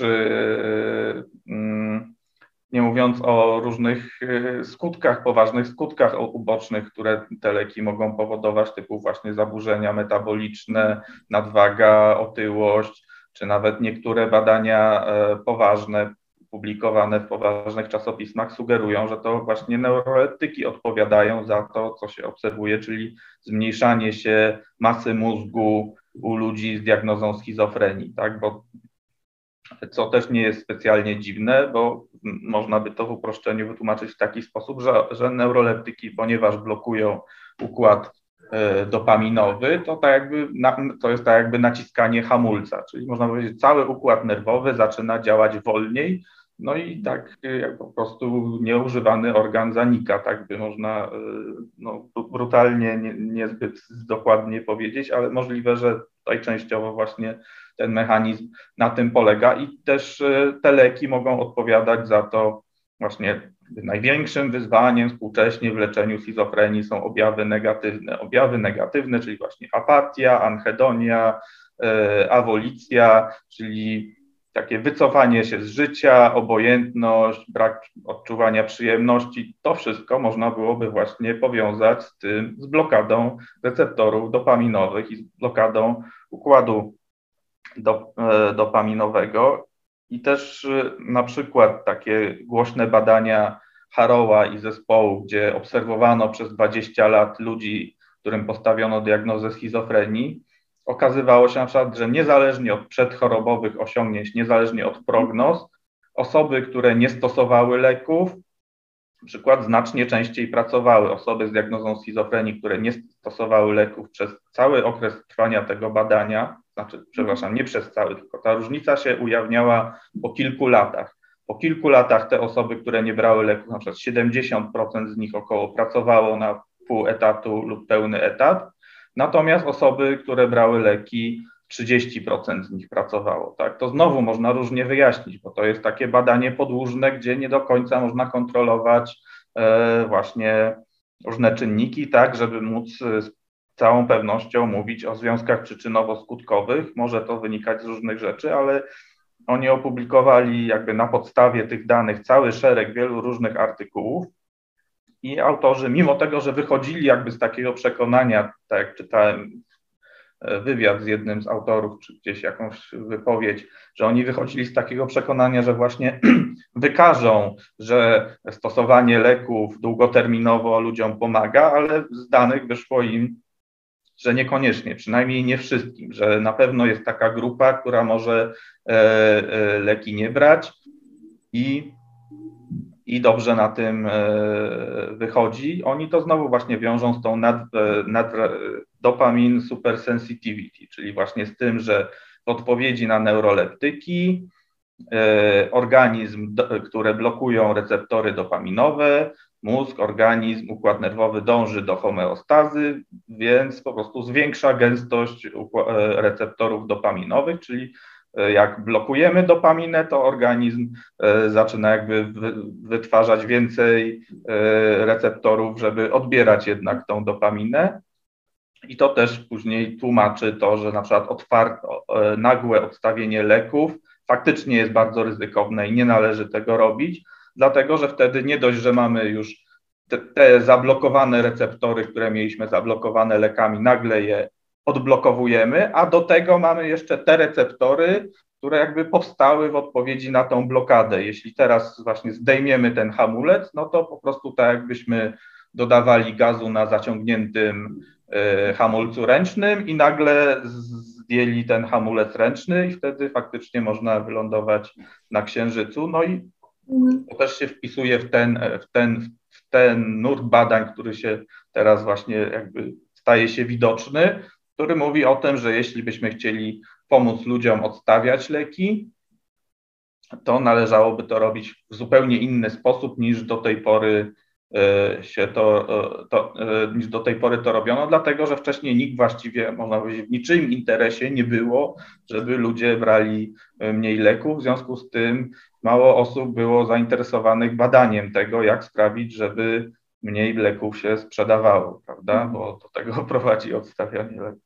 nie mówiąc o różnych skutkach, poważnych skutkach ubocznych, które te leki mogą powodować, typu właśnie zaburzenia metaboliczne, nadwaga, otyłość, czy nawet niektóre badania poważne, publikowane w poważnych czasopismach sugerują, że to właśnie neuroleptyki odpowiadają za to, co się obserwuje, czyli zmniejszanie się masy mózgu u ludzi z diagnozą schizofrenii, tak? Bo co też nie jest specjalnie dziwne, bo można by to w uproszczeniu wytłumaczyć w taki sposób, że neuroleptyki, ponieważ blokują układ dopaminowy, to jest tak jakby naciskanie hamulca, czyli można powiedzieć, cały układ nerwowy zaczyna działać wolniej, no i tak jak po prostu nieużywany organ zanika, tak by można no, brutalnie, niezbyt dokładnie powiedzieć, ale możliwe, że tutaj częściowo właśnie ten mechanizm na tym polega i też te leki mogą odpowiadać za to. Właśnie największym wyzwaniem współcześnie w leczeniu schizofrenii są objawy negatywne. Objawy negatywne, czyli właśnie apatia, anhedonia, awolicja, czyli takie wycofanie się z życia, obojętność, brak odczuwania przyjemności. To wszystko można byłoby właśnie powiązać z blokadą receptorów dopaminowych i z blokadą układu dopaminowego. I też na przykład takie głośne badania Harrowa i zespołu, gdzie obserwowano przez 20 lat ludzi, którym postawiono diagnozę schizofrenii, okazywało się na przykład, że niezależnie od przedchorobowych osiągnięć, niezależnie od prognoz, osoby, które nie stosowały leków, na przykład znacznie częściej pracowały. Osoby z diagnozą schizofrenii, które nie stosowały leków przez cały okres trwania tego badania, przepraszam, nie przez cały, tylko ta różnica się ujawniała po kilku latach. Po kilku latach te osoby, które nie brały leków, na przykład 70% z nich około pracowało na pół etatu lub pełny etat, natomiast osoby, które brały leki, 30% z nich pracowało. Tak? To znowu można różnie wyjaśnić, bo to jest takie badanie podłużne, gdzie nie do końca można kontrolować właśnie różne czynniki, tak, żeby móc z całą pewnością mówić o związkach przyczynowo-skutkowych. Może to wynikać z różnych rzeczy, ale oni opublikowali jakby na podstawie tych danych cały szereg wielu różnych artykułów i autorzy, mimo tego, że wychodzili jakby z takiego przekonania, tak jak czytałem wywiad z jednym z autorów, czy gdzieś jakąś wypowiedź, że oni wychodzili z takiego przekonania, że właśnie wykażą, że stosowanie leków długoterminowo ludziom pomaga, ale z danych wyszło im, że niekoniecznie, przynajmniej nie wszystkim, że na pewno jest taka grupa, która może leki nie brać i dobrze na tym wychodzi. Oni to znowu właśnie wiążą z tą dopamin supersensitivity, czyli właśnie z tym, że w odpowiedzi na neuroleptyki organizm, które blokują receptory dopaminowe, mózg, organizm, układ nerwowy dąży do homeostazy, więc po prostu zwiększa gęstość receptorów dopaminowych, czyli jak blokujemy dopaminę, to organizm zaczyna jakby wytwarzać więcej receptorów, żeby odbierać jednak tą dopaminę. I to też później tłumaczy to, że na przykład nagłe odstawienie leków faktycznie jest bardzo ryzykowne i nie należy tego robić, dlatego że wtedy nie dość, że mamy już te zablokowane receptory, które mieliśmy zablokowane lekami, nagle je odblokowujemy, a do tego mamy jeszcze te receptory, które jakby powstały w odpowiedzi na tą blokadę. Jeśli teraz właśnie zdejmiemy ten hamulec, no to po prostu tak jakbyśmy dodawali gazu na zaciągniętym hamulcu ręcznym i nagle zdjęli ten hamulec ręczny i wtedy faktycznie można wylądować na Księżycu. No i to też się wpisuje w ten nurt badań, który się teraz właśnie jakby staje się widoczny, który mówi o tym, że jeśli byśmy chcieli pomóc ludziom odstawiać leki, to należałoby to robić w zupełnie inny sposób niż do tej pory niż do tej pory to robiono, dlatego że wcześniej nikt właściwie, można powiedzieć, w niczym interesie nie było, żeby ludzie brali mniej leków, w związku z tym mało osób było zainteresowanych badaniem tego, jak sprawić, żeby mniej leków się sprzedawało, prawda, bo do tego prowadzi odstawianie leków.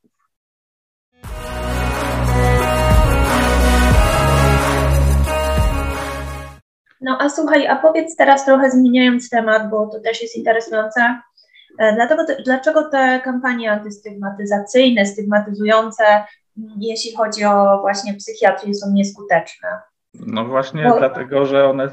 No a słuchaj, a powiedz teraz trochę zmieniając temat, bo to też jest interesujące. Dlaczego te kampanie antystygmatyzacyjne, stygmatyzujące, jeśli chodzi o właśnie psychiatrię, są nieskuteczne? No właśnie dlatego, że one...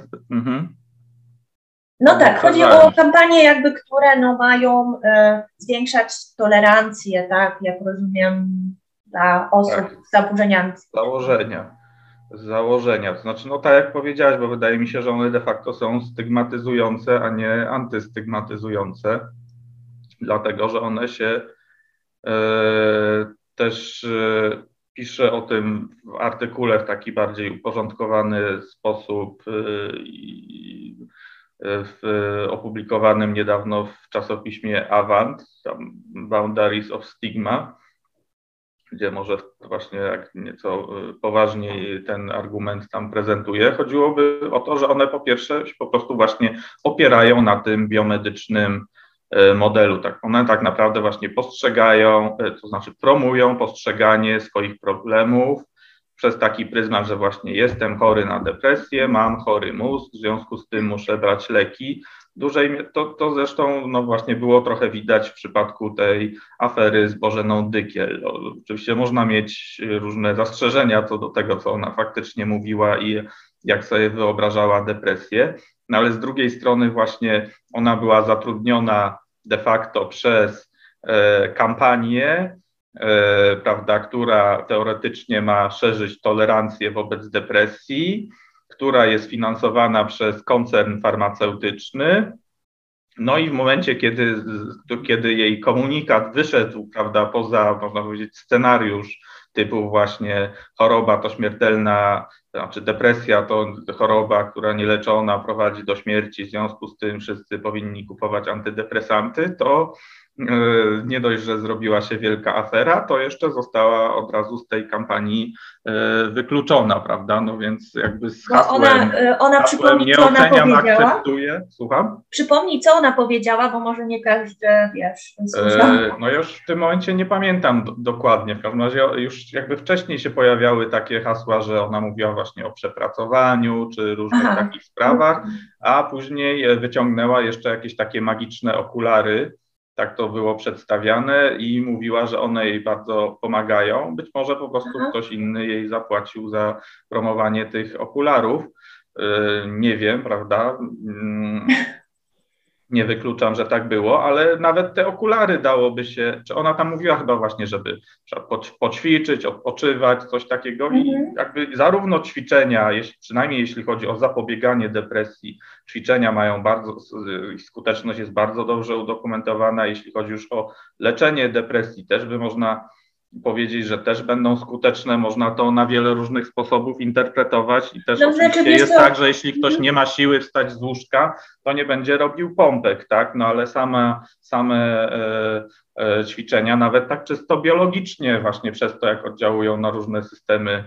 No tak, chodzi o kampanie jakby, które no mają zwiększać tolerancję, tak, jak rozumiem, dla osób z zaburzeniami. Z założenia. To znaczy, no tak jak powiedziałeś, bo wydaje mi się, że one de facto są stygmatyzujące, a nie antystygmatyzujące, dlatego, że one się też pisze o tym w artykule w taki bardziej uporządkowany sposób opublikowanym niedawno w czasopiśmie Avant, tam Boundaries of Stigma, gdzie może właśnie jak nieco poważniej ten argument tam prezentuje. Chodziłoby o to, że one po pierwsze się po prostu właśnie opierają na tym biomedycznym modelu. Tak, one tak naprawdę właśnie postrzegają, to znaczy promują postrzeganie swoich problemów przez taki pryzmat, że właśnie jestem chory na depresję, mam chory mózg, w związku z tym muszę brać leki. To zresztą no właśnie było trochę widać w przypadku tej afery z Bożeną Dykiel. Oczywiście można mieć różne zastrzeżenia co do tego, co ona faktycznie mówiła i jak sobie wyobrażała depresję, no ale z drugiej strony właśnie ona była zatrudniona de facto przez kampanię, prawda, która teoretycznie ma szerzyć tolerancję wobec depresji, która jest finansowana przez koncern farmaceutyczny No i w momencie, kiedy jej komunikat wyszedł, prawda, poza, można powiedzieć, scenariusz typu właśnie choroba to śmiertelna, znaczy depresja to choroba, która nieleczona prowadzi do śmierci, w związku z tym wszyscy powinni kupować antydepresanty, to nie dość, że zrobiła się wielka afera, to jeszcze została od razu z tej kampanii wykluczona, prawda? No więc jakby z hasłem, ona hasłem nie oceniam, akceptuję. Słucham? Przypomnij, co ona powiedziała, bo może nie każdy, wiesz, słyszał. No już w tym momencie nie pamiętam dokładnie, w każdym razie już jakby wcześniej się pojawiały takie hasła, że ona mówiła właśnie o przepracowaniu czy różnych takich sprawach, a później wyciągnęła jeszcze jakieś takie magiczne okulary, tak to było przedstawiane i mówiła, że one jej bardzo pomagają. Być może po prostu ktoś inny jej zapłacił za promowanie tych okularów. Nie wiem, prawda? Nie wykluczam, że tak było, ale nawet te okulary dałoby się, czy ona tam mówiła chyba właśnie, żeby poćwiczyć, odpoczywać, coś takiego i jakby zarówno ćwiczenia, przynajmniej jeśli chodzi o zapobieganie depresji, ćwiczenia mają skuteczność jest bardzo dobrze udokumentowana, jeśli chodzi już o leczenie depresji, też by można powiedzieć, że też będą skuteczne, można to na wiele różnych sposobów interpretować i też oczywiście jest tak, że jeśli ktoś nie ma siły wstać z łóżka, to nie będzie robił pompek, tak, no ale same ćwiczenia, nawet tak czysto biologicznie właśnie przez to, jak oddziałują na różne systemy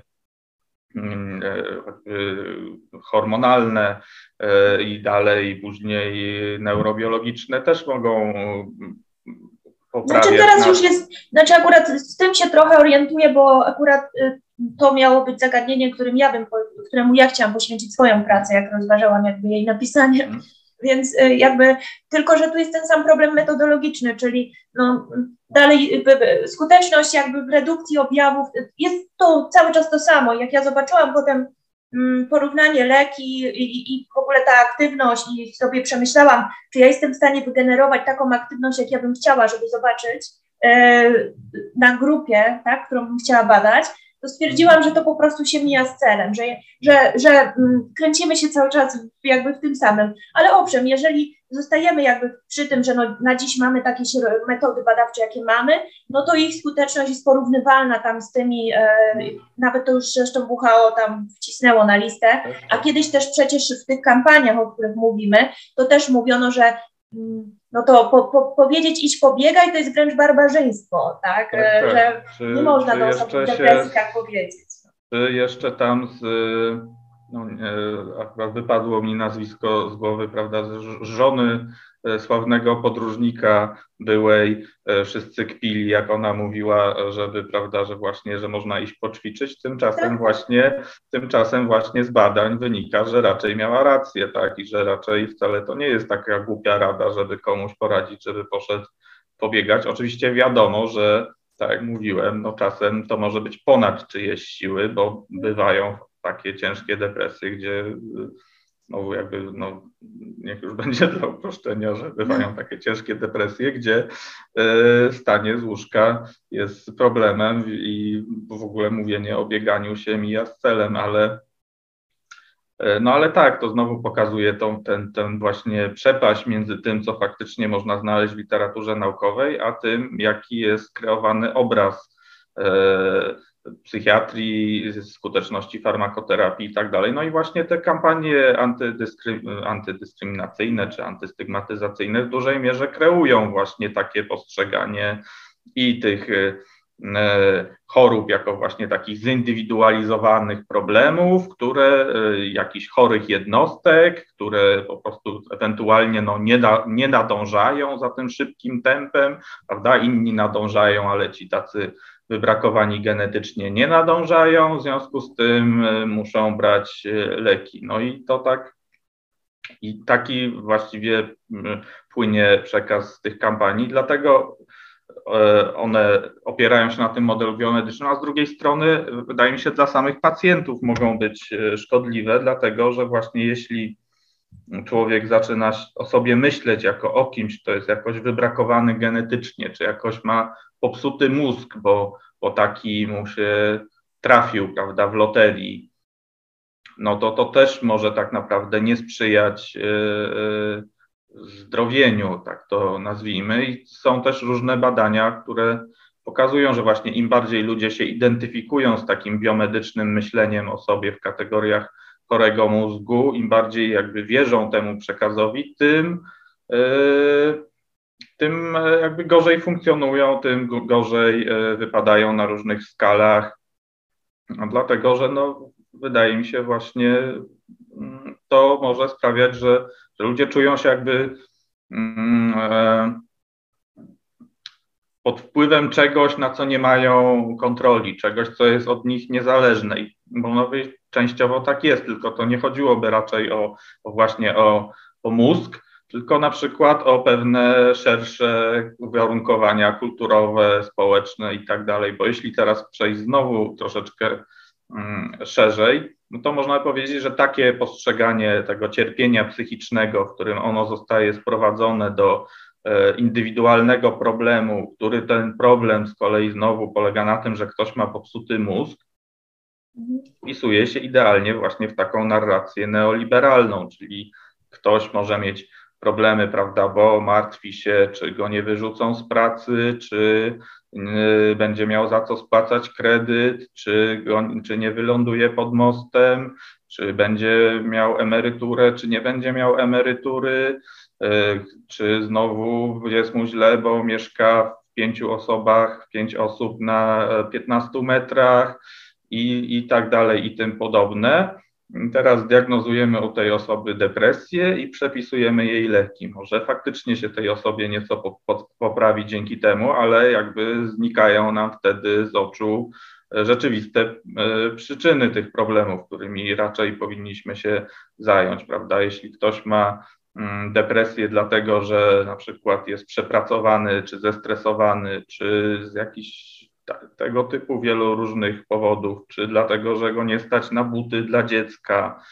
hormonalne i dalej później neurobiologiczne też mogą poprawiać. Znaczy teraz już jest, akurat z tym się trochę orientuję, bo akurat to miało być zagadnienie, któremu ja chciałam poświęcić swoją pracę, jak rozważałam jakby jej napisanie. Więc jakby, tylko że tu jest ten sam problem metodologiczny, czyli no, dalej skuteczność jakby w redukcji objawów, jest to cały czas to samo. Jak ja zobaczyłam potem porównanie leki i w ogóle ta aktywność i sobie przemyślałam, czy ja jestem w stanie wygenerować taką aktywność, jak ja bym chciała, żeby zobaczyć na grupie, tak, którą bym chciała badać, to stwierdziłam, że to po prostu się mija z celem, że kręcimy się cały czas jakby w tym samym. Ale owszem, jeżeli zostajemy jakby przy tym, że no, na dziś mamy takie metody badawcze, jakie mamy, no to ich skuteczność jest porównywalna tam z tymi, nawet to już zresztą WHO tam wcisnęło na listę, a kiedyś też przecież w tych kampaniach, o których mówimy, to też mówiono, że no to powiedzieć iść pobiegaj to jest wręcz barbarzyństwo, tak? Że nie można do osoby w depresji tak powiedzieć. Czy jeszcze tam akurat wypadło mi nazwisko z głowy, prawda, żony sławnego podróżnika byłej, wszyscy kpili, jak ona mówiła, żeby, prawda, że właśnie, że można iść poćwiczyć, tymczasem właśnie z badań wynika, że raczej miała rację, tak, i że raczej wcale to nie jest taka głupia rada, żeby komuś poradzić, żeby poszedł pobiegać. Oczywiście wiadomo, że tak jak mówiłem, no czasem to może być ponad czyjeś siły, bo bywają takie ciężkie depresje, gdzie znowu jakby, no niech już będzie dla uproszczenia, że bywają takie ciężkie depresje, gdzie stanie z łóżka jest problemem i w ogóle mówienie o bieganiu się mija z celem, ale tak, to znowu pokazuje ten właśnie przepaść między tym, co faktycznie można znaleźć w literaturze naukowej, a tym, jaki jest kreowany obraz psychiatrii, skuteczności farmakoterapii i tak dalej. No i właśnie te kampanie antydyskryminacyjne czy antystygmatyzacyjne w dużej mierze kreują właśnie takie postrzeganie i tych chorób jako właśnie takich zindywidualizowanych problemów, jakichś chorych jednostek, które po prostu ewentualnie no, nie nadążają za tym szybkim tempem, prawda? Inni nadążają, ale ci tacy wybrakowani genetycznie nie nadążają, w związku z tym muszą brać leki. No i to tak, i taki właściwie płynie przekaz z tych kampanii, dlatego one opierają się na tym modelu biomedycznym, a z drugiej strony wydaje mi się dla samych pacjentów mogą być szkodliwe, dlatego że właśnie jeśli człowiek zaczyna o sobie myśleć jako o kimś, kto jest jakoś wybrakowany genetycznie, czy jakoś ma popsuty mózg, bo taki mu się trafił, prawda, w loterii, no to też może tak naprawdę nie sprzyjać zdrowieniu, tak to nazwijmy. I są też różne badania, które pokazują, że właśnie im bardziej ludzie się identyfikują z takim biomedycznym myśleniem o sobie w kategoriach chorego mózgu, im bardziej jakby wierzą temu przekazowi, tym jakby gorzej funkcjonują, tym gorzej wypadają na różnych skalach, dlatego że no, wydaje mi się właśnie to może sprawiać, że ludzie czują się jakby pod wpływem czegoś, na co nie mają kontroli, czegoś, co jest od nich niezależne. I można powiedzieć, częściowo tak jest, tylko to nie chodziłoby raczej właśnie o mózg, tylko na przykład o pewne szersze uwarunkowania kulturowe, społeczne i tak dalej. Bo jeśli teraz przejść znowu troszeczkę szerzej, no to można powiedzieć, że takie postrzeganie tego cierpienia psychicznego, w którym ono zostaje sprowadzone do indywidualnego problemu, który ten problem z kolei znowu polega na tym, że ktoś ma popsuty mózg, wpisuje się idealnie właśnie w taką narrację neoliberalną, czyli ktoś może mieć problemy, prawda, bo martwi się, czy go nie wyrzucą z pracy, czy będzie miał za co spłacać kredyt, czy nie wyląduje pod mostem, czy będzie miał emeryturę, czy nie będzie miał emerytury, czy znowu jest mu źle, bo mieszka w 5 osobach, 5 osób na 15 metrach i tak dalej i tym podobne. Teraz diagnozujemy u tej osoby depresję i przepisujemy jej leki. Może faktycznie się tej osobie nieco poprawi dzięki temu, ale jakby znikają nam wtedy z oczu rzeczywiste przyczyny tych problemów, którymi raczej powinniśmy się zająć, prawda? Jeśli ktoś ma depresję dlatego, że na przykład jest przepracowany, czy zestresowany, czy z jakichś tego typu wielu różnych powodów, czy dlatego, że go nie stać na buty dla dziecka,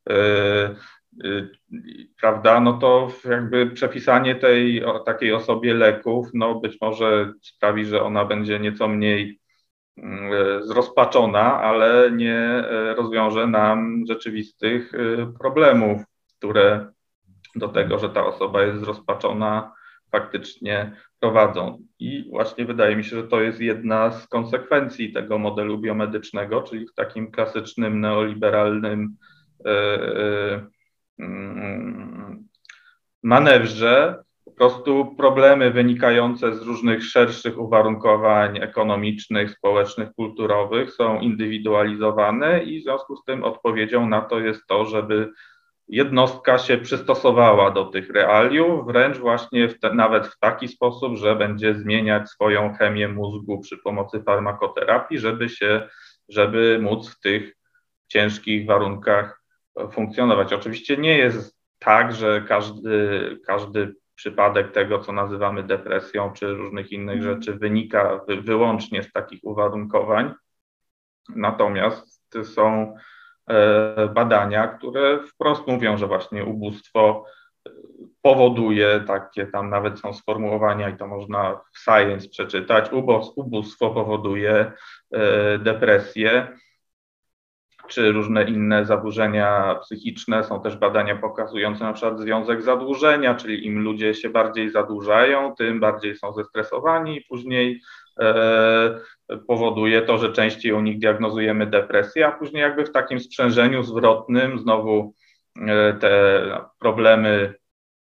prawda, no to jakby przepisanie takiej osobie leków, no być może sprawi, że ona będzie nieco mniej zrozpaczona, ale nie rozwiąże nam rzeczywistych problemów, które do tego, że ta osoba jest zrozpaczona, faktycznie prowadzą. I właśnie wydaje mi się, że to jest jedna z konsekwencji tego modelu biomedycznego, czyli w takim klasycznym neoliberalnym manewrze po prostu problemy wynikające z różnych szerszych uwarunkowań ekonomicznych, społecznych, kulturowych są indywidualizowane i w związku z tym odpowiedzią na to jest to, żeby jednostka się przystosowała do tych realiów, wręcz właśnie nawet w taki sposób, że będzie zmieniać swoją chemię mózgu przy pomocy farmakoterapii, żeby móc w tych ciężkich warunkach funkcjonować. Oczywiście nie jest tak, że każdy przypadek tego, co nazywamy depresją czy różnych innych rzeczy wynika wyłącznie z takich uwarunkowań, natomiast są badania, które wprost mówią, że właśnie ubóstwo powoduje, takie tam nawet są sformułowania i to można w Science przeczytać, ubóstwo powoduje depresję czy różne inne zaburzenia psychiczne. Są też badania pokazujące na przykład związek zadłużenia, czyli im ludzie się bardziej zadłużają, tym bardziej są zestresowani i później powoduje to, że częściej u nich diagnozujemy depresję, a później jakby w takim sprzężeniu zwrotnym znowu te problemy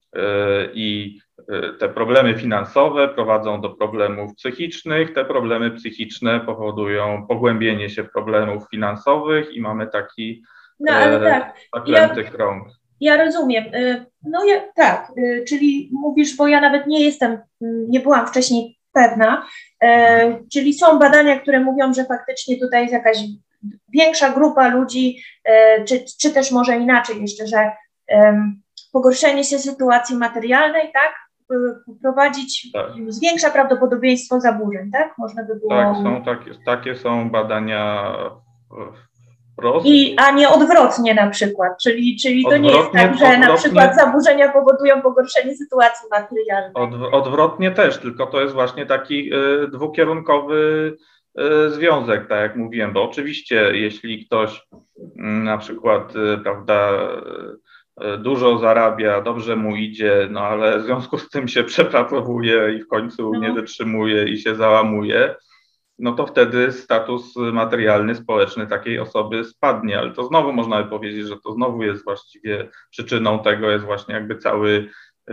i te problemy finansowe prowadzą do problemów psychicznych, te problemy psychiczne powodują pogłębienie się problemów finansowych i mamy taki zaklęty krąg. Ja rozumiem. Tak, czyli mówisz, bo ja nawet nie byłam wcześniej pewna, czyli są badania, które mówią, że faktycznie tutaj jest jakaś większa grupa ludzi, czy też może inaczej jeszcze, że pogorszenie się sytuacji materialnej, tak, zwiększa prawdopodobieństwo zaburzeń, tak? Można by było... Tak, takie są badania wprost. A nie odwrotnie na przykład, czyli to nie jest tak, że na przykład zaburzenia powodują pogorszenie sytuacji materialnej. Odwrotnie też, tylko to jest właśnie taki dwukierunkowy związek, tak jak mówiłem, bo oczywiście jeśli ktoś na przykład, prawda, dużo zarabia, dobrze mu idzie, no ale w związku z tym się przepracowuje i w końcu nie wytrzymuje i się załamuje, no to wtedy status materialny, społeczny takiej osoby spadnie, ale to znowu można by powiedzieć, że to znowu jest właściwie przyczyną tego jest właśnie jakby cały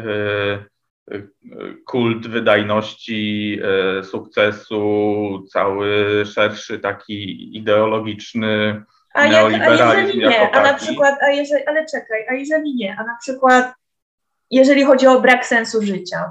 kult wydajności, sukcesu, cały szerszy taki ideologiczny neoliberalizm jako taki. A na przykład, ale czekaj, a jeżeli nie, a na przykład jeżeli chodzi o brak sensu życia.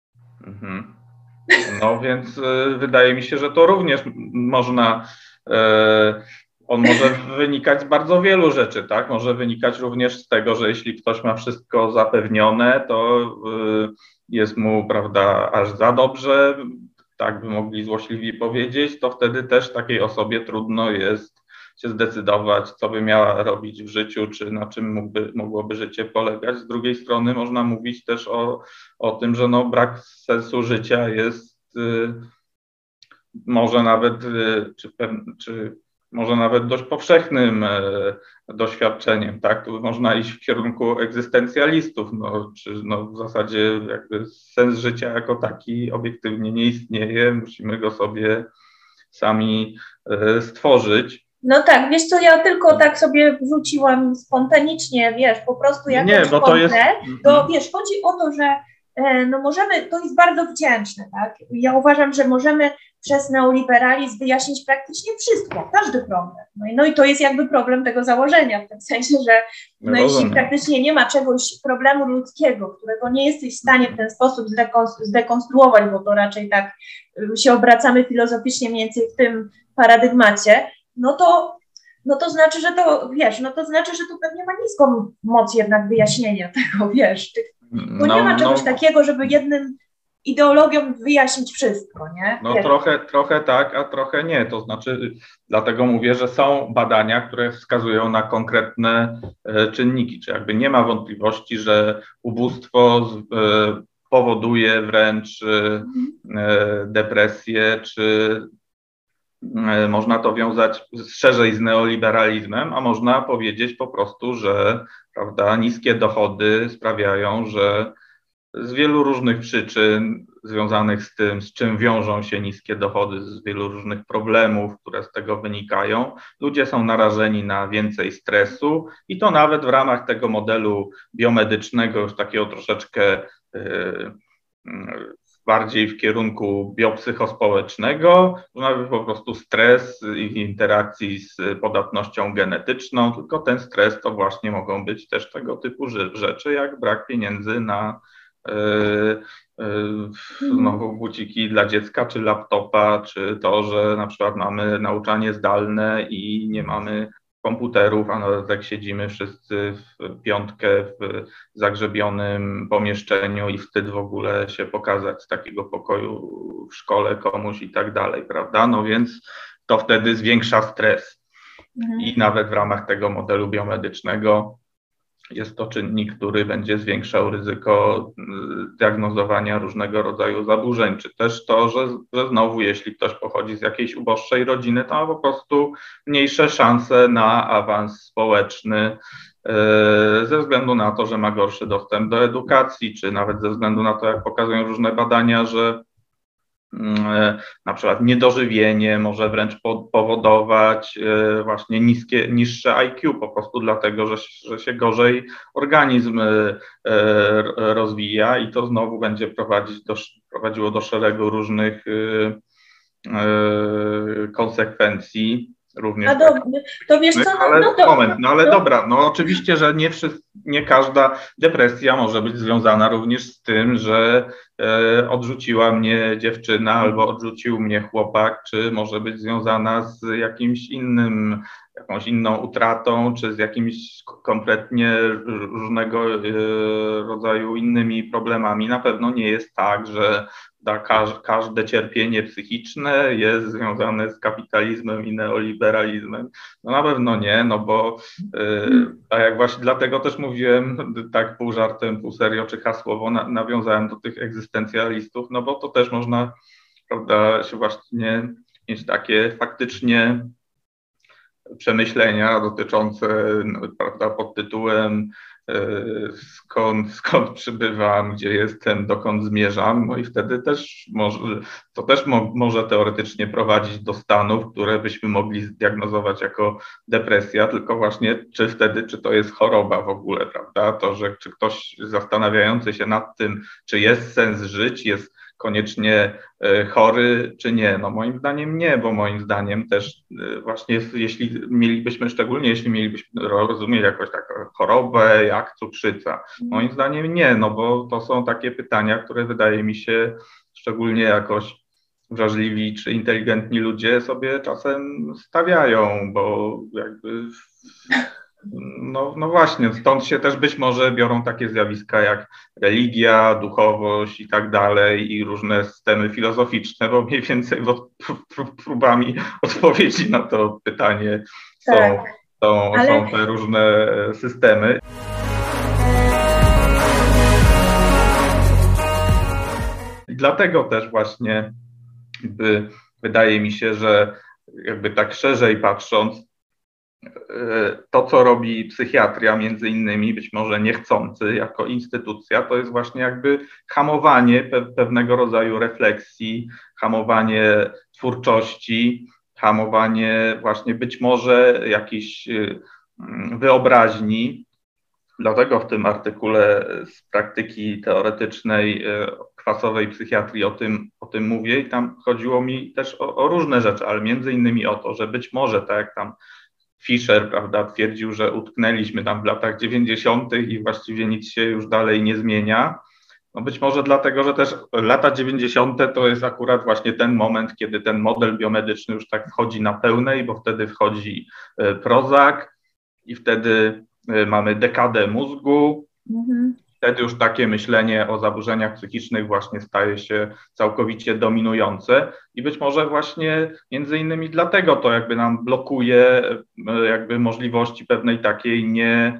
No więc wydaje mi się, że to również można, on może wynikać z bardzo wielu rzeczy, tak? Może wynikać również z tego, że jeśli ktoś ma wszystko zapewnione, to jest mu, prawda, aż za dobrze, tak by mogli złośliwi powiedzieć, to wtedy też takiej osobie trudno jest się zdecydować, co by miała robić w życiu, czy na czym mogłoby życie polegać. Z drugiej strony można mówić też o tym, że no, brak sensu życia jest może nawet, czy może nawet dość powszechnym doświadczeniem, tak? Tu można iść w kierunku egzystencjalistów, w zasadzie jakby sens życia jako taki obiektywnie nie istnieje, musimy go sobie sami stworzyć. No tak, wiesz co, ja tylko tak sobie wrzuciłam spontanicznie, wiesz, po prostu jako nie, bo to jest... to wiesz, chodzi o to, że no możemy, to jest bardzo wdzięczne, tak? Ja uważam, że możemy przez neoliberalizm wyjaśnić praktycznie wszystko, każdy problem. No i to jest jakby problem tego założenia, w tym sensie, że jeśli praktycznie nie ma czegoś, problemu ludzkiego, którego nie jesteś w stanie w ten sposób zdekonstruować, bo to raczej tak się obracamy filozoficznie mniej więcej w tym paradygmacie, no to znaczy, że to, wiesz, no to znaczy, że tu pewnie ma niską moc jednak wyjaśnienia tego, wiesz, bo nie ma czegoś takiego, żeby jednym ideologią wyjaśnić wszystko, nie? No trochę tak, a trochę nie, to znaczy dlatego mówię, że są badania, które wskazują na konkretne czynniki, czy jakby nie ma wątpliwości, że ubóstwo powoduje wręcz depresję, czy można to wiązać szerzej z neoliberalizmem, a można powiedzieć po prostu, że, prawda, niskie dochody sprawiają, że z wielu różnych przyczyn związanych z tym, z czym wiążą się niskie dochody, z wielu różnych problemów, które z tego wynikają, ludzie są narażeni na więcej stresu i to nawet w ramach tego modelu biomedycznego, już takiego troszeczkę bardziej w kierunku biopsychospołecznego, nawet po prostu stres w interakcji z podatnością genetyczną, tylko ten stres to właśnie mogą być też tego typu rzeczy, jak brak pieniędzy na znowu buciki dla dziecka, czy laptopa, czy to, że na przykład mamy nauczanie zdalne i nie mamy komputerów, a nawet jak siedzimy wszyscy w piątkę w zagrzebionym pomieszczeniu i wstyd w ogóle się pokazać z takiego pokoju w szkole komuś i tak dalej, prawda? No więc to wtedy zwiększa stres. I nawet w ramach tego modelu biomedycznego jest to czynnik, który będzie zwiększał ryzyko diagnozowania różnego rodzaju zaburzeń, czy też to, że znowu jeśli ktoś pochodzi z jakiejś uboższej rodziny, to ma po prostu mniejsze szanse na awans społeczny ze względu na to, że ma gorszy dostęp do edukacji, czy nawet ze względu na to, jak pokazują różne badania, że na przykład niedożywienie może wręcz powodować właśnie niższe IQ, po prostu dlatego, że się gorzej organizm rozwija i to znowu będzie prowadziło do szeregu różnych konsekwencji. Również to wiesz co, dobra, no oczywiście, że nie każda depresja może być związana również z tym, że odrzuciła mnie dziewczyna albo odrzucił mnie chłopak, czy może być związana z jakąś inną utratą, czy z jakimiś kompletnie różnego rodzaju innymi problemami. Na pewno nie jest tak, że każde cierpienie psychiczne jest związane z kapitalizmem i neoliberalizmem. No na pewno nie, no bo a jak właśnie dlatego też mówiłem tak pół żartem, pół serio czy hasłowo nawiązałem do tych egzystencjalistów, no bo to też można, prawda, się właśnie mieć takie faktycznie przemyślenia dotyczące, prawda, pod tytułem skąd przybywam, gdzie jestem, dokąd zmierzam, no i wtedy też może teoretycznie prowadzić do stanów, które byśmy mogli zdiagnozować jako depresja, tylko właśnie czy to jest choroba w ogóle, prawda, to, że czy ktoś zastanawiający się nad tym, czy jest sens żyć, jest koniecznie chory, czy nie? No moim zdaniem nie, bo moim zdaniem też właśnie jeśli mielibyśmy rozumieć jakoś taką chorobę jak cukrzyca, moim zdaniem nie, no bo to są takie pytania, które wydaje mi się szczególnie jakoś wrażliwi czy inteligentni ludzie sobie czasem stawiają, bo jakby no właśnie, stąd się też być może biorą takie zjawiska jak religia, duchowość i tak dalej i różne systemy filozoficzne, bo mniej więcej próbami odpowiedzi na to pytanie są te różne systemy. I dlatego też właśnie wydaje mi się, że jakby tak szerzej patrząc, to, co robi psychiatria, między innymi, być może niechcący jako instytucja, to jest właśnie jakby hamowanie pewnego rodzaju refleksji, hamowanie twórczości, hamowanie właśnie być może jakiejś wyobraźni. Dlatego w tym artykule z praktyki teoretycznej kwasowej psychiatrii o tym mówię i tam chodziło mi też o różne rzeczy, ale między innymi o to, że być może tak jak tam Fischer, prawda, twierdził, że utknęliśmy tam w latach 90. i właściwie nic się już dalej nie zmienia. No być może dlatego, że też lata 90. to jest akurat właśnie ten moment, kiedy ten model biomedyczny już tak wchodzi na pełnej, bo wtedy wchodzi Prozac i wtedy mamy dekadę mózgu. Wtedy już takie myślenie o zaburzeniach psychicznych właśnie staje się całkowicie dominujące i być może właśnie między innymi dlatego to jakby nam blokuje jakby możliwości pewnej takiej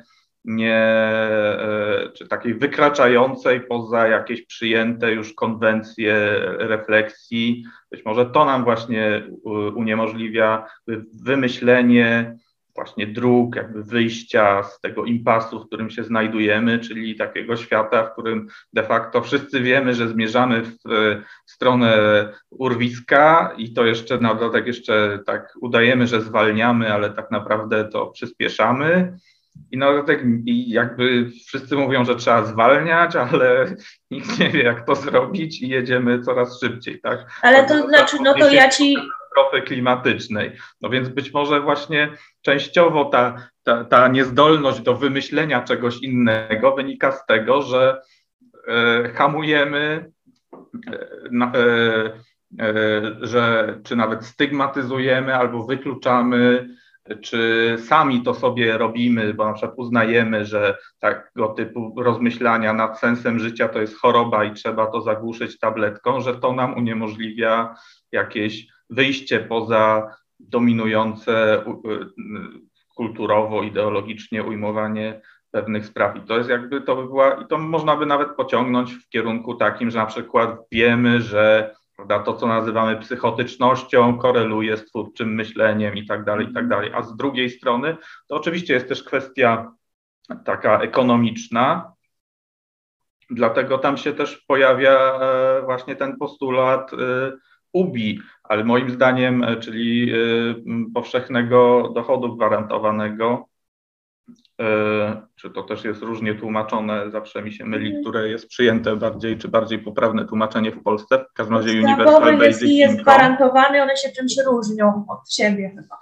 czy takiej wykraczającej poza jakieś przyjęte już konwencje refleksji. Być może to nam właśnie uniemożliwia wymyślenie właśnie dróg, jakby wyjścia z tego impasu, w którym się znajdujemy, czyli takiego świata, w którym de facto wszyscy wiemy, że zmierzamy w stronę urwiska i to jeszcze na dodatek jeszcze tak udajemy, że zwalniamy, ale tak naprawdę to przyspieszamy. I na dodatek jakby wszyscy mówią, że trzeba zwalniać, ale nikt nie wie, jak to zrobić i jedziemy coraz szybciej, tak? Ale to znaczy, no to ja ci... katastrofy klimatycznej. No więc być może właśnie częściowo ta niezdolność do wymyślenia czegoś innego wynika z tego, że hamujemy, czy nawet stygmatyzujemy albo wykluczamy, czy sami to sobie robimy, bo na przykład uznajemy, że tego typu rozmyślania nad sensem życia to jest choroba i trzeba to zagłuszyć tabletką, że to nam uniemożliwia jakieś wyjście poza dominujące kulturowo, ideologicznie ujmowanie pewnych spraw. I to jest jakby, i to można by nawet pociągnąć w kierunku takim, że na przykład wiemy, że prawda, to, co nazywamy psychotycznością, koreluje z twórczym myśleniem i tak dalej, a z drugiej strony to oczywiście jest też kwestia taka ekonomiczna, dlatego tam się też pojawia właśnie ten postulat UBI, ale moim zdaniem, czyli powszechnego dochodu gwarantowanego, czy to też jest różnie tłumaczone, zawsze mi się myli, które jest przyjęte bardziej poprawne tłumaczenie w Polsce, w każdym razie Universal Basic Income. Jest gwarantowany, one się czymś różnią od siebie chyba.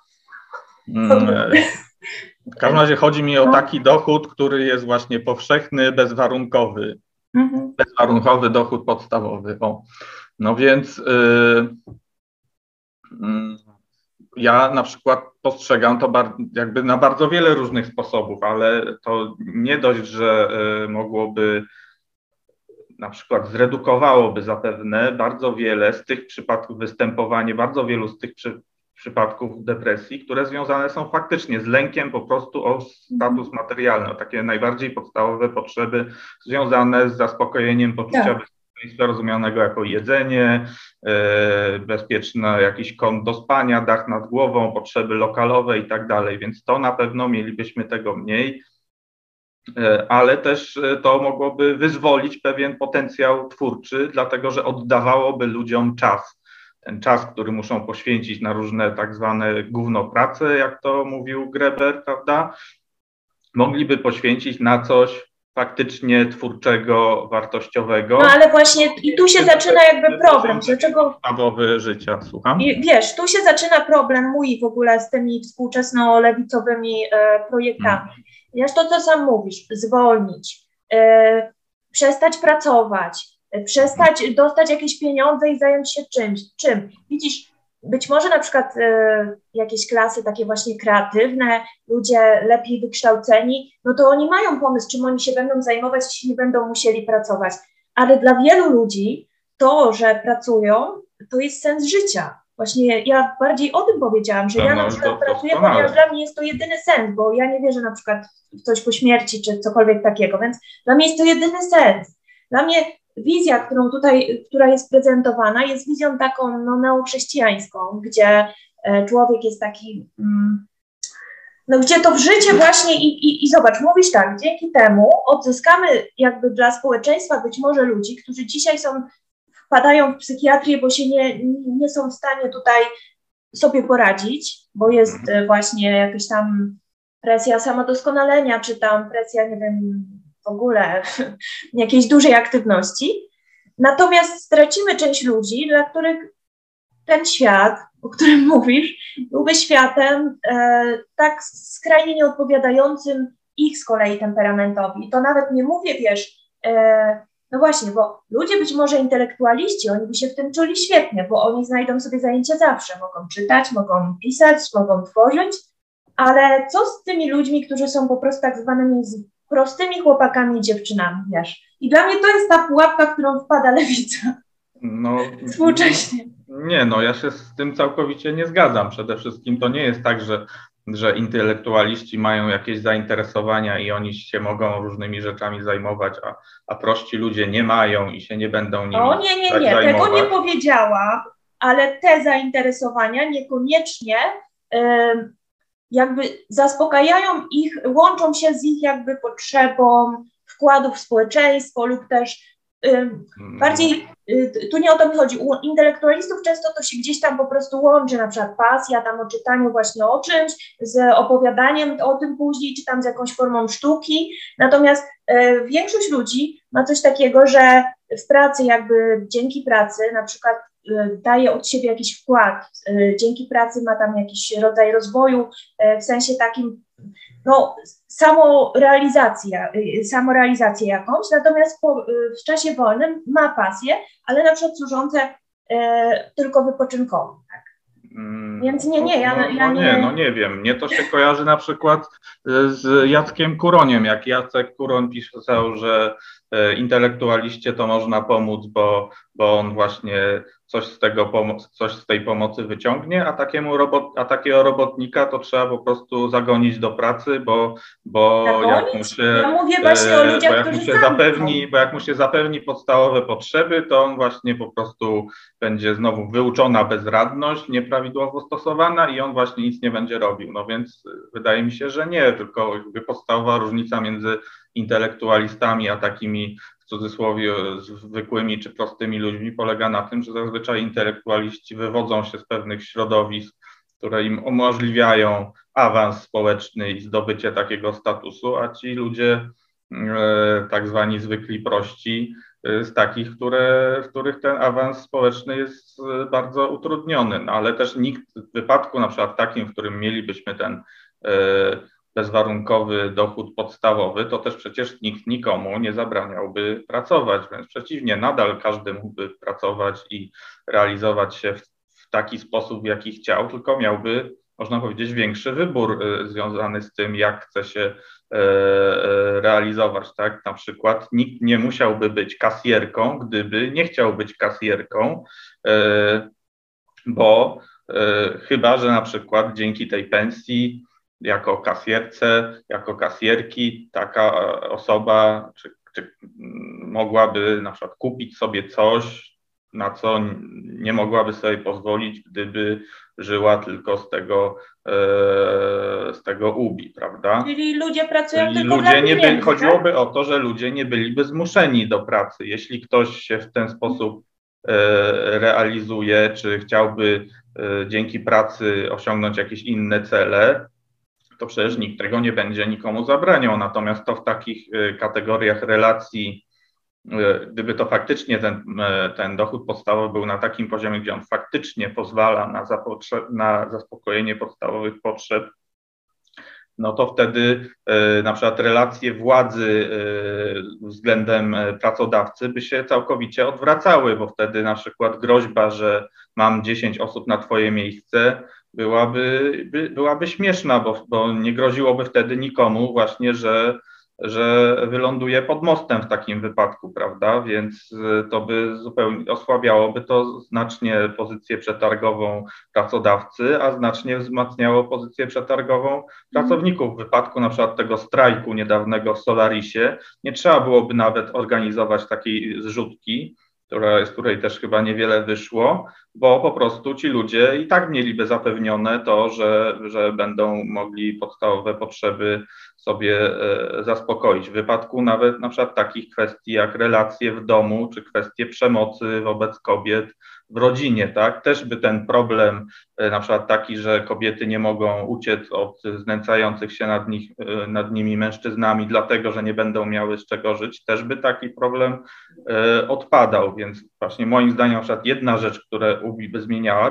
W każdym razie chodzi mi o taki dochód, który jest właśnie powszechny, bezwarunkowy. Bezwarunkowy dochód podstawowy. O. No więc ja na przykład postrzegam to jakby na bardzo wiele różnych sposobów, ale to nie dość, że mogłoby na przykład zredukowałoby zapewne bardzo wiele z tych przypadków bardzo wielu z tych przypadków depresji, które związane są faktycznie z lękiem po prostu o status materialny, o takie najbardziej podstawowe potrzeby związane z zaspokojeniem poczucia bezpieczeństwa rozumianego jako jedzenie, bezpieczny jakiś kąt do spania, dach nad głową, potrzeby lokalowe i tak dalej, więc to na pewno mielibyśmy tego mniej, ale też to mogłoby wyzwolić pewien potencjał twórczy, dlatego że oddawałoby ludziom czas. Ten czas, który muszą poświęcić na różne tak zwane gównoprace, jak to mówił Greber, prawda, mogliby poświęcić na coś faktycznie twórczego, wartościowego. No ale właśnie i tu się zaczyna jakby problem. Dlaczego podstawowy życia, słucham? I wiesz, tu się zaczyna problem mój w ogóle z tymi współczesno-lewicowymi projektami. Wiesz, to co sam mówisz, zwolnić, przestać pracować, przestać dostać jakieś pieniądze i zająć się czym. Widzisz, być może na przykład jakieś klasy takie właśnie kreatywne, ludzie lepiej wykształceni, no to oni mają pomysł, czym oni się będą zajmować, jeśli nie będą musieli pracować. Ale dla wielu ludzi to, że pracują, to jest sens życia. Właśnie ja bardziej o tym powiedziałam, że ja na przykład pracuję, ponieważ dla mnie jest to jedyny sens, bo ja nie wierzę na przykład w coś po śmierci czy cokolwiek takiego, więc dla mnie jest to jedyny sens. Dla mnie wizja, która jest prezentowana, jest wizją taką neochrześcijańską, gdzie człowiek jest taki, gdzie to w życie właśnie i zobacz, mówisz tak, dzięki temu odzyskamy jakby dla społeczeństwa być może ludzi, którzy dzisiaj wpadają w psychiatrię, bo się nie są w stanie tutaj sobie poradzić, bo jest właśnie jakaś tam presja samodoskonalenia, czy tam presja, nie wiem, w ogóle jakiejś dużej aktywności. Natomiast stracimy część ludzi, dla których ten świat, o którym mówisz, byłby światem tak skrajnie nieodpowiadającym ich z kolei temperamentowi. To nawet nie mówię, wiesz, no właśnie, bo ludzie być może intelektualiści, oni by się w tym czuli świetnie, bo oni znajdą sobie zajęcie zawsze. Mogą czytać, mogą pisać, mogą tworzyć, ale co z tymi ludźmi, którzy są po prostu tak zwanymi prostymi chłopakami i dziewczynami, wiesz? I dla mnie to jest ta pułapka, w którą wpada lewica. No, współcześnie. Nie, no ja się z tym całkowicie nie zgadzam. Przede wszystkim to nie jest tak, że intelektualiści mają jakieś zainteresowania i oni się mogą różnymi rzeczami zajmować, a prości ludzie nie mają i się nie będą nimi nie, zajmować. tego nie powiedziałam, ale te zainteresowania niekoniecznie jakby zaspokajają ich, łączą się z ich jakby potrzebą wkładu w społeczeństwo lub też bardziej, tu nie o to mi chodzi, u intelektualistów często to się gdzieś tam po prostu łączy, na przykład pasja tam o czytaniu właśnie o czymś, z opowiadaniem o tym później, czy tam z jakąś formą sztuki, natomiast większość ludzi ma coś takiego, że w pracy jakby dzięki pracy na przykład daje od siebie jakiś wkład, dzięki pracy ma tam jakiś rodzaj rozwoju, w sensie takim, no samorealizację jakąś, natomiast w czasie wolnym ma pasję, ale na przykład służące tylko wypoczynkowo, tak? Więc nie wiem. Mnie to się kojarzy na przykład z Jackiem Kuroniem. Jak Jacek Kuroń pisał, że intelektualiście to można pomóc, bo on właśnie coś z tej pomocy wyciągnie, a takiego robotnika to trzeba po prostu zagonić do pracy, bo jak mu się, ja mówię właśnie o ludziach, jak mu się zapewni podstawowe potrzeby, to on właśnie po prostu będzie znowu wyuczona bezradność, nieprawidłowo stosowana i on właśnie nic nie będzie robił. No więc wydaje mi się, że nie, tylko podstawowa różnica między intelektualistami a takimi w cudzysłowie zwykłymi czy prostymi ludźmi polega na tym, że zazwyczaj intelektualiści wywodzą się z pewnych środowisk, które im umożliwiają awans społeczny i zdobycie takiego statusu, a ci ludzie tak zwani zwykli prości z takich, w których ten awans społeczny jest bardzo utrudniony, no, ale też nikt w wypadku na przykład takim, w którym mielibyśmy ten bezwarunkowy dochód podstawowy, to też przecież nikt nikomu nie zabraniałby pracować, wręcz przeciwnie, nadal każdy mógłby pracować i realizować się w taki sposób, w jaki chciał, tylko miałby, można powiedzieć, większy wybór związany z tym, jak chce się realizować, tak? Na przykład nikt nie musiałby być kasjerką, gdyby nie chciał być kasjerką, bo chyba że na przykład dzięki tej pensji jako kasjerce, jako kasjerki taka osoba czy mogłaby na przykład kupić sobie coś, na co nie mogłaby sobie pozwolić, gdyby żyła tylko z tego UBI, prawda? Czyli ludzie pracują Czyli tylko ludzie dla pieniędzy, chodziłoby tak? o to, że ludzie nie byliby zmuszeni do pracy. Jeśli ktoś się w ten sposób realizuje, czy chciałby dzięki pracy osiągnąć jakieś inne cele, to przecież nikt tego nie będzie nikomu zabraniał. Natomiast to w takich kategoriach relacji, gdyby to faktycznie ten dochód podstawowy był na takim poziomie, gdzie on faktycznie pozwala na zaspokojenie podstawowych potrzeb, no to wtedy na przykład relacje władzy względem pracodawcy by się całkowicie odwracały, bo wtedy na przykład groźba, że mam 10 osób na twoje miejsce, byłaby śmieszna, bo nie groziłoby wtedy nikomu właśnie, że wyląduje pod mostem w takim wypadku, prawda? Więc to by zupełnie osłabiałoby to znacznie pozycję przetargową pracodawcy, a znacznie wzmacniało pozycję przetargową pracowników. W wypadku na przykład tego strajku niedawnego w Solarisie nie trzeba byłoby nawet organizować takiej zrzutki, z której też chyba niewiele wyszło, bo po prostu ci ludzie i tak mieliby zapewnione to, że będą mogli podstawowe potrzeby sobie zaspokoić. W wypadku nawet na przykład takich kwestii jak relacje w domu, czy kwestie przemocy wobec kobiet w rodzinie, tak? Też by ten problem na przykład taki, że kobiety nie mogą uciec od znęcających się nad nimi mężczyznami, dlatego że nie będą miały z czego żyć, też by taki problem odpadał, więc właśnie moim zdaniem na przykład jedna rzecz, którą UBI by zmieniała,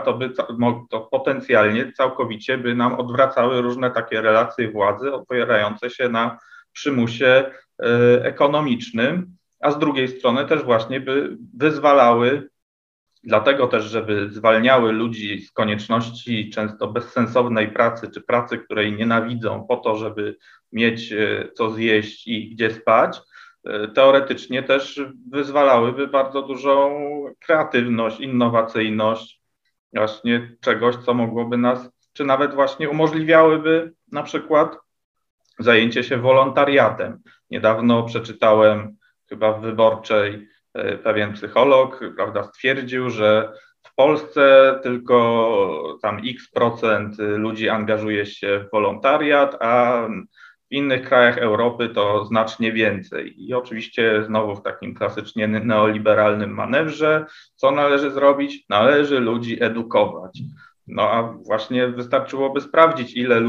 to potencjalnie całkowicie by nam odwracały różne takie relacje władzy opierające się na przymusie ekonomicznym, a z drugiej strony też właśnie by wyzwalały, dlatego też, żeby zwalniały ludzi z konieczności często bezsensownej pracy, czy pracy, której nienawidzą po to, żeby mieć co zjeść i gdzie spać, teoretycznie też wyzwalałyby bardzo dużą kreatywność, innowacyjność, właśnie czegoś, co mogłoby nas, czy nawet właśnie umożliwiałyby na przykład zajęcie się wolontariatem. Niedawno przeczytałem chyba w Wyborczej, pewien psycholog, prawda, stwierdził, że w Polsce tylko tam x% ludzi angażuje się w wolontariat, a w innych krajach Europy to znacznie więcej. I oczywiście znowu w takim klasycznie neoliberalnym manewrze, co należy zrobić? Należy ludzi edukować. No a właśnie wystarczyłoby sprawdzić,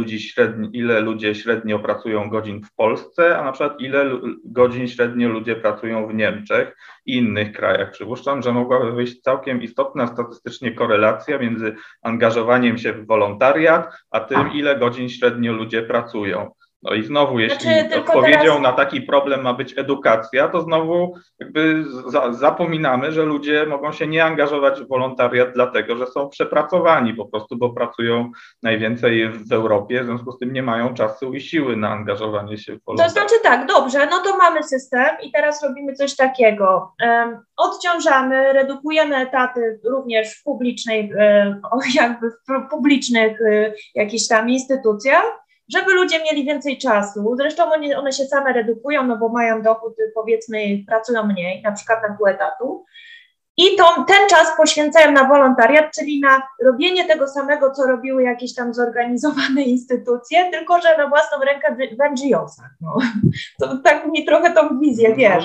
ile ludzie średnio pracują godzin w Polsce, a na przykład ile godzin średnio ludzie pracują w Niemczech i innych krajach. Przypuszczam, że mogłaby wyjść całkiem istotna statystycznie korelacja między angażowaniem się w wolontariat, a tym, ile godzin średnio ludzie pracują. No i znowu, jeśli odpowiedzią na taki problem ma być edukacja, to znowu jakby zapominamy, że ludzie mogą się nie angażować w wolontariat dlatego, że są przepracowani po prostu, bo pracują najwięcej w Europie, w związku z tym nie mają czasu i siły na angażowanie się w wolontariat. To znaczy tak, dobrze, no to mamy system i teraz robimy coś takiego. Odciążamy, redukujemy etaty również w publicznej, jakby w publicznych jakichś tam instytucjach, żeby ludzie mieli więcej czasu. Zresztą one się same redukują, no bo mają dochód, powiedzmy, pracują mniej, na przykład na pół etatu. I ten czas poświęcają na wolontariat, czyli na robienie tego samego, co robiły jakieś tam zorganizowane instytucje, tylko że na własną rękę w NGO-sach. No. To tak mi trochę tą wizję, wiesz.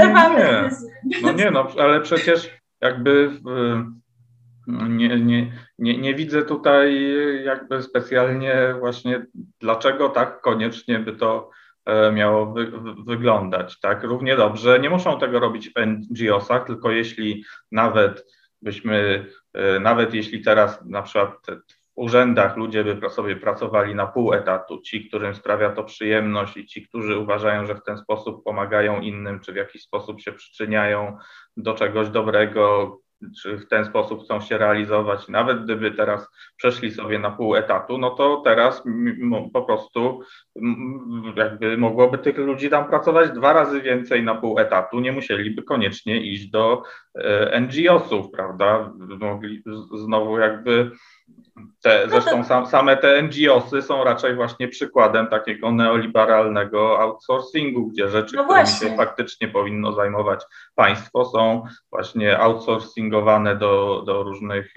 Ale przecież jakby nie widzę tutaj jakby specjalnie właśnie, dlaczego tak koniecznie by to miało wyglądać, tak? Równie dobrze nie muszą tego robić w NGO-sach, tylko nawet jeśli teraz na przykład w urzędach ludzie by sobie pracowali na pół etatu, ci, którym sprawia to przyjemność i ci, którzy uważają, że w ten sposób pomagają innym, czy w jakiś sposób się przyczyniają do czegoś dobrego, czy w ten sposób chcą się realizować, nawet gdyby teraz przeszli sobie na pół etatu, no to teraz po prostu jakby mogłoby tych ludzi tam pracować 2 razy więcej na pół etatu, nie musieliby koniecznie iść do NGO-sów, prawda? Mogli znowu jakby Zresztą same te NGO-sy są raczej właśnie przykładem takiego neoliberalnego outsourcingu, gdzie rzeczy, którymi się faktycznie powinno zajmować państwo, są właśnie outsourcingowane do różnych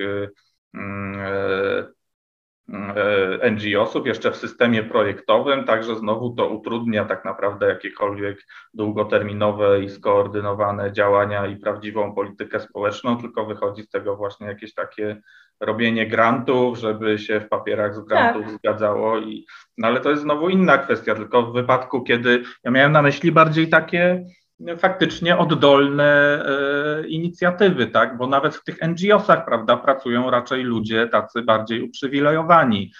NGO-sów, jeszcze w systemie projektowym, także znowu to utrudnia tak naprawdę jakiekolwiek długoterminowe i skoordynowane działania i prawdziwą politykę społeczną, tylko wychodzi z tego właśnie jakieś takie robienie grantów, żeby się w papierach z grantów zgadzało. No ale to jest znowu inna kwestia, tylko w wypadku, kiedy ja miałem na myśli bardziej takie faktycznie oddolne inicjatywy, tak? Bo nawet w tych NGO-sach, prawda, pracują raczej ludzie tacy bardziej uprzywilejowani,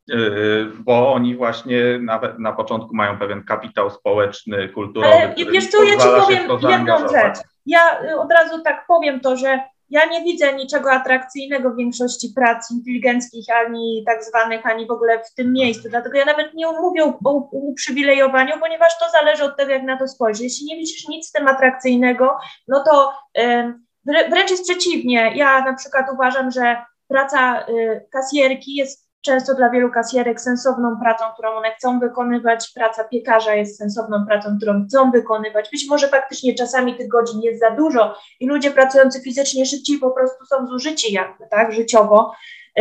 bo oni właśnie nawet na początku mają pewien kapitał społeczny, kulturowy. Ale wiesz co, ja ci powiem jedną rzecz. Ja od razu tak powiem to, że ja nie widzę niczego atrakcyjnego w większości prac inteligenckich, ani tak zwanych, ani w ogóle w tym miejscu. Dlatego ja nawet nie mówię o uprzywilejowaniu, ponieważ to zależy od tego, jak na to spojrzysz. Jeśli nie widzisz nic w tym atrakcyjnego, no to wręcz jest przeciwnie. Ja na przykład uważam, że praca kasjerki jest często dla wielu kasjerek sensowną pracą, którą one chcą wykonywać. Praca piekarza jest sensowną pracą, którą chcą wykonywać. Być może faktycznie czasami tych godzin jest za dużo i ludzie pracujący fizycznie szybciej po prostu są zużyci jakby, tak, życiowo,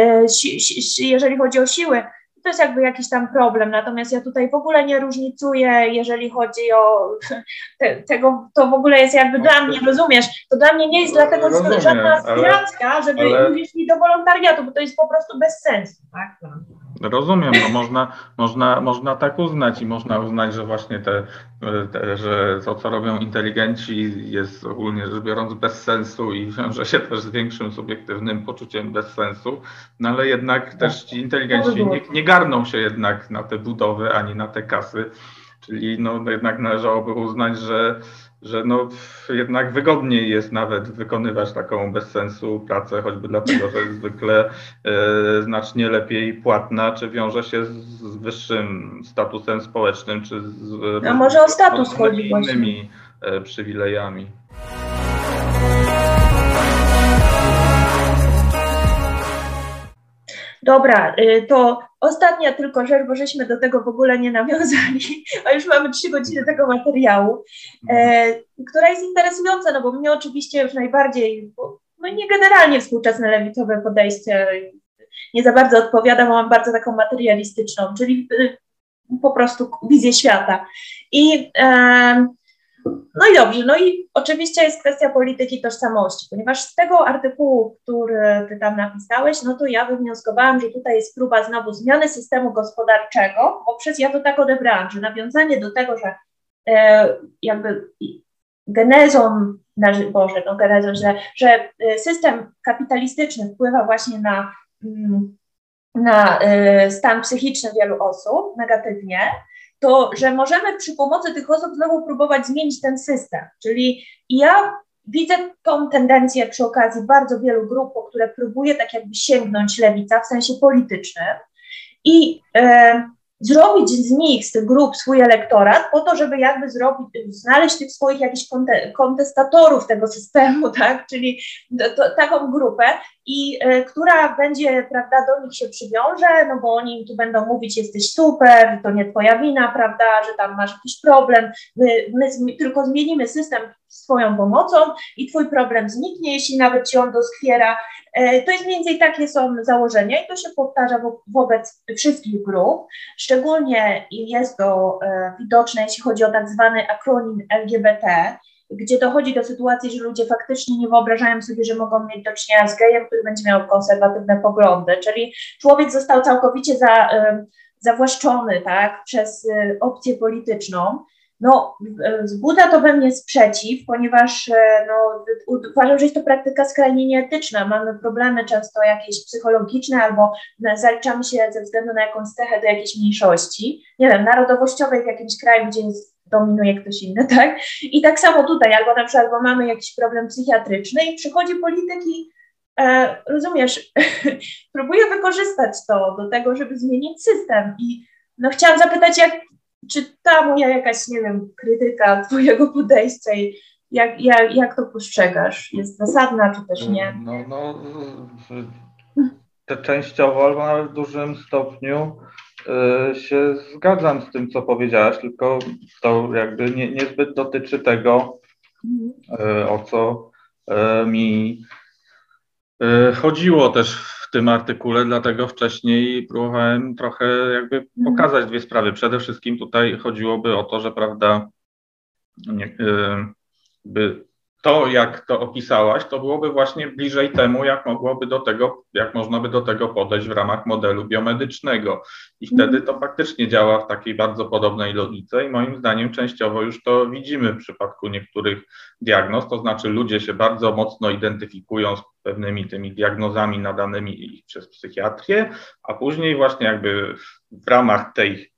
jeżeli chodzi o siły. To jest jakby jakiś tam problem, natomiast ja tutaj w ogóle nie różnicuję, jeżeli chodzi o tego, to w ogóle jest jakby dla mnie, rozumiesz, to dla mnie nie jest dlatego żadna aspiracja, żeby ludzie szli do wolontariatu, bo to jest po prostu bez sensu, tak? Rozumiem, no można tak uznać i można uznać, że właśnie że to, co robią inteligenci, jest ogólnie rzecz biorąc bez sensu i wiąże się też z większym subiektywnym poczuciem bez sensu, no ale jednak też ci inteligenci nie garną się jednak na te budowy ani na te kasy, czyli no jednak należałoby uznać, że no jednak wygodniej jest nawet wykonywać taką bez sensu pracę, choćby dlatego, że jest zwykle znacznie lepiej płatna, czy wiąże się z wyższym statusem społecznym, czy z a może o status chodzi innymi przywilejami. Dobra, to ostatnia tylko rzecz, bo żeśmy do tego w ogóle nie nawiązali, a już mamy 3 godziny tego materiału, która jest interesująca, no bo mnie oczywiście już najbardziej, no nie generalnie współczesne lewicowe podejście nie za bardzo odpowiada, bo mam bardzo taką materialistyczną, czyli po prostu wizję świata. No i dobrze, no i oczywiście jest kwestia polityki tożsamości, ponieważ z tego artykułu, który ty tam napisałeś, no to ja wywnioskowałam, że tutaj jest próba znowu zmiany systemu gospodarczego, poprzez, ja to tak odebrałam, że nawiązanie do tego, że jakby genezą, że system kapitalistyczny wpływa właśnie na stan psychiczny wielu osób negatywnie, to że możemy przy pomocy tych osób znowu próbować zmienić ten system. Czyli ja widzę tą tendencję przy okazji bardzo wielu grup, po które próbuje tak jakby sięgnąć lewica w sensie politycznym i zrobić z nich, z tych grup swój elektorat po to, żeby jakby znaleźć tych swoich jakichś kontestatorów tego systemu, tak, czyli taką grupę która będzie, prawda, do nich się przywiąże, no bo oni tu będą mówić, jesteś super, to nie twoja wina, prawda, że tam masz jakiś problem, my tylko zmienimy system swoją pomocą i twój problem zniknie, jeśli nawet ci on doskwiera. To jest mniej więcej takie są założenia i to się powtarza wobec wszystkich grup. Szczególnie jest to widoczne, jeśli chodzi o tak zwany akronim LGBT, gdzie dochodzi do sytuacji, że ludzie faktycznie nie wyobrażają sobie, że mogą mieć do czynienia z gejem, który będzie miał konserwatywne poglądy, czyli człowiek został całkowicie zawłaszczony, tak, przez opcję polityczną. No, wzbudza to we mnie sprzeciw, ponieważ no, uważam, że jest to praktyka skrajnie nieetyczna. Mamy problemy często jakieś psychologiczne albo zaliczamy się ze względu na jakąś cechę do jakiejś mniejszości, nie wiem, narodowościowej w jakimś kraju, gdzie dominuje ktoś inny, tak? I tak samo tutaj, albo na przykład albo mamy jakiś problem psychiatryczny i przychodzi polityk i rozumiesz, próbuje wykorzystać to do tego, żeby zmienić system. I no chciałam zapytać, czy ta moja jakaś, nie wiem, krytyka twojego podejścia i jak to postrzegasz? Jest zasadna, czy też nie? częściowo albo nawet w dużym stopniu się zgadzam z tym, co powiedziałaś, tylko to jakby niezbyt dotyczy tego, o co mi chodziło też w tym artykule, dlatego wcześniej próbowałem trochę jakby pokazać dwie sprawy. Przede wszystkim tutaj chodziłoby o to, że prawda, to, jak to opisałaś, to byłoby właśnie bliżej temu, jak można by do tego podejść w ramach modelu biomedycznego. I wtedy to faktycznie działa w takiej bardzo podobnej logice i moim zdaniem częściowo już to widzimy w przypadku niektórych diagnoz, to znaczy ludzie się bardzo mocno identyfikują z pewnymi tymi diagnozami nadanymi ich przez psychiatrię, a później właśnie jakby w ramach tej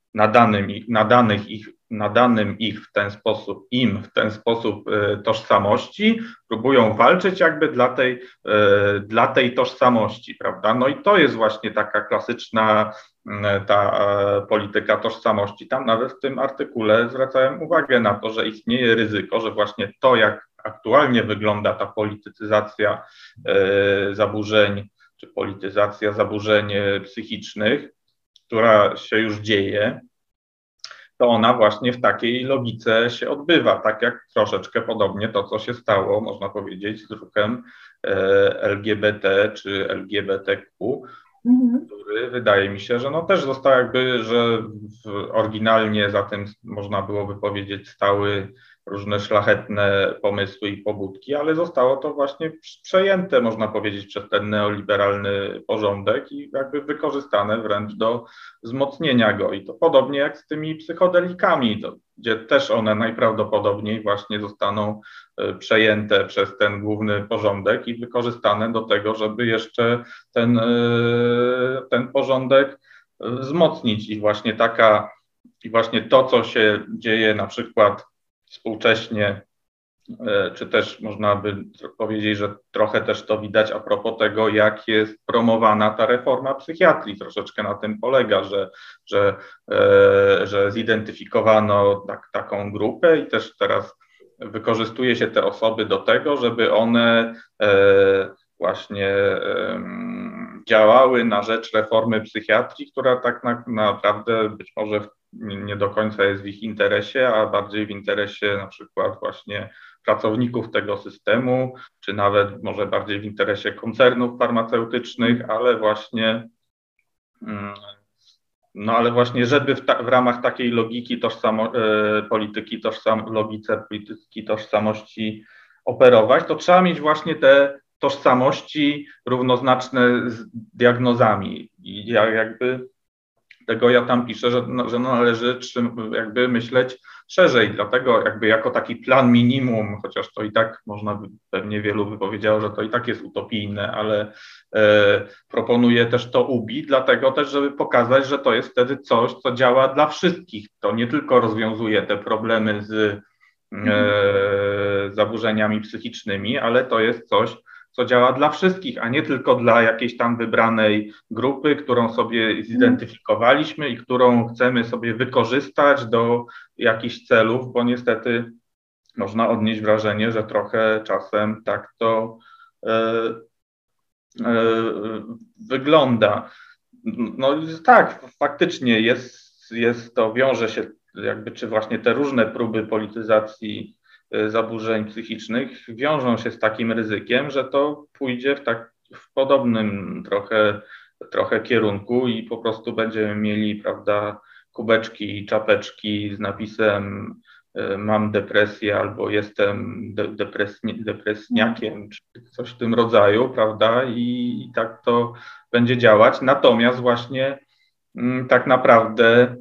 nadanym ich w ten sposób tożsamości, próbują walczyć jakby dla tej tożsamości, prawda? No i to jest właśnie taka klasyczna ta polityka tożsamości. Tam nawet w tym artykule zwracałem uwagę na to, że istnieje ryzyko, że właśnie to, jak aktualnie wygląda ta polityzacja zaburzeń, czy polityzacja zaburzeń psychicznych, która się już dzieje, to ona właśnie w takiej logice się odbywa, tak jak troszeczkę podobnie to, co się stało, można powiedzieć, z ruchem LGBT czy LGBTQ, który wydaje mi się, że no też został jakby, że oryginalnie za tym można byłoby powiedzieć stały różne szlachetne pomysły i pobudki, ale zostało to właśnie przejęte, można powiedzieć, przez ten neoliberalny porządek i jakby wykorzystane wręcz do wzmocnienia go. I to podobnie jak z tymi psychodelikami, gdzie też one najprawdopodobniej właśnie zostaną przejęte przez ten główny porządek i wykorzystane do tego, żeby jeszcze ten porządek wzmocnić. I właśnie to, co się dzieje na przykład współcześnie, czy też można by powiedzieć, że trochę też to widać a propos tego, jak jest promowana ta reforma psychiatrii. Troszeczkę na tym polega, że zidentyfikowano taką grupę i też teraz wykorzystuje się te osoby do tego, żeby one właśnie działały na rzecz reformy psychiatrii, która tak naprawdę być może nie do końca jest w ich interesie, a bardziej w interesie na przykład właśnie pracowników tego systemu, czy nawet może bardziej w interesie koncernów farmaceutycznych, ale właśnie żeby w ramach takiej logiki polityki tożsamości operować, to trzeba mieć właśnie te tożsamości równoznaczne z diagnozami. I jakby tego ja tam piszę, że należy jakby myśleć szerzej, dlatego jakby jako taki plan minimum, chociaż to i tak można by, pewnie wielu by powiedziało, że to i tak jest utopijne, ale proponuję też to ubić, dlatego też, żeby pokazać, że to jest wtedy coś, co działa dla wszystkich. To nie tylko rozwiązuje te problemy z zaburzeniami psychicznymi, ale to jest coś, co działa dla wszystkich, a nie tylko dla jakiejś tam wybranej grupy, którą sobie zidentyfikowaliśmy i którą chcemy sobie wykorzystać do jakichś celów, bo niestety można odnieść wrażenie, że trochę czasem tak to wygląda. No tak, faktycznie jest to, wiąże się jakby, czy właśnie te różne próby polityzacji zaburzeń psychicznych wiążą się z takim ryzykiem, że to pójdzie w podobnym trochę kierunku i po prostu będziemy mieli, prawda, kubeczki i czapeczki z napisem mam depresję albo jestem depresniakiem, czy coś w tym rodzaju, prawda, i tak to będzie działać. Natomiast właśnie tak naprawdę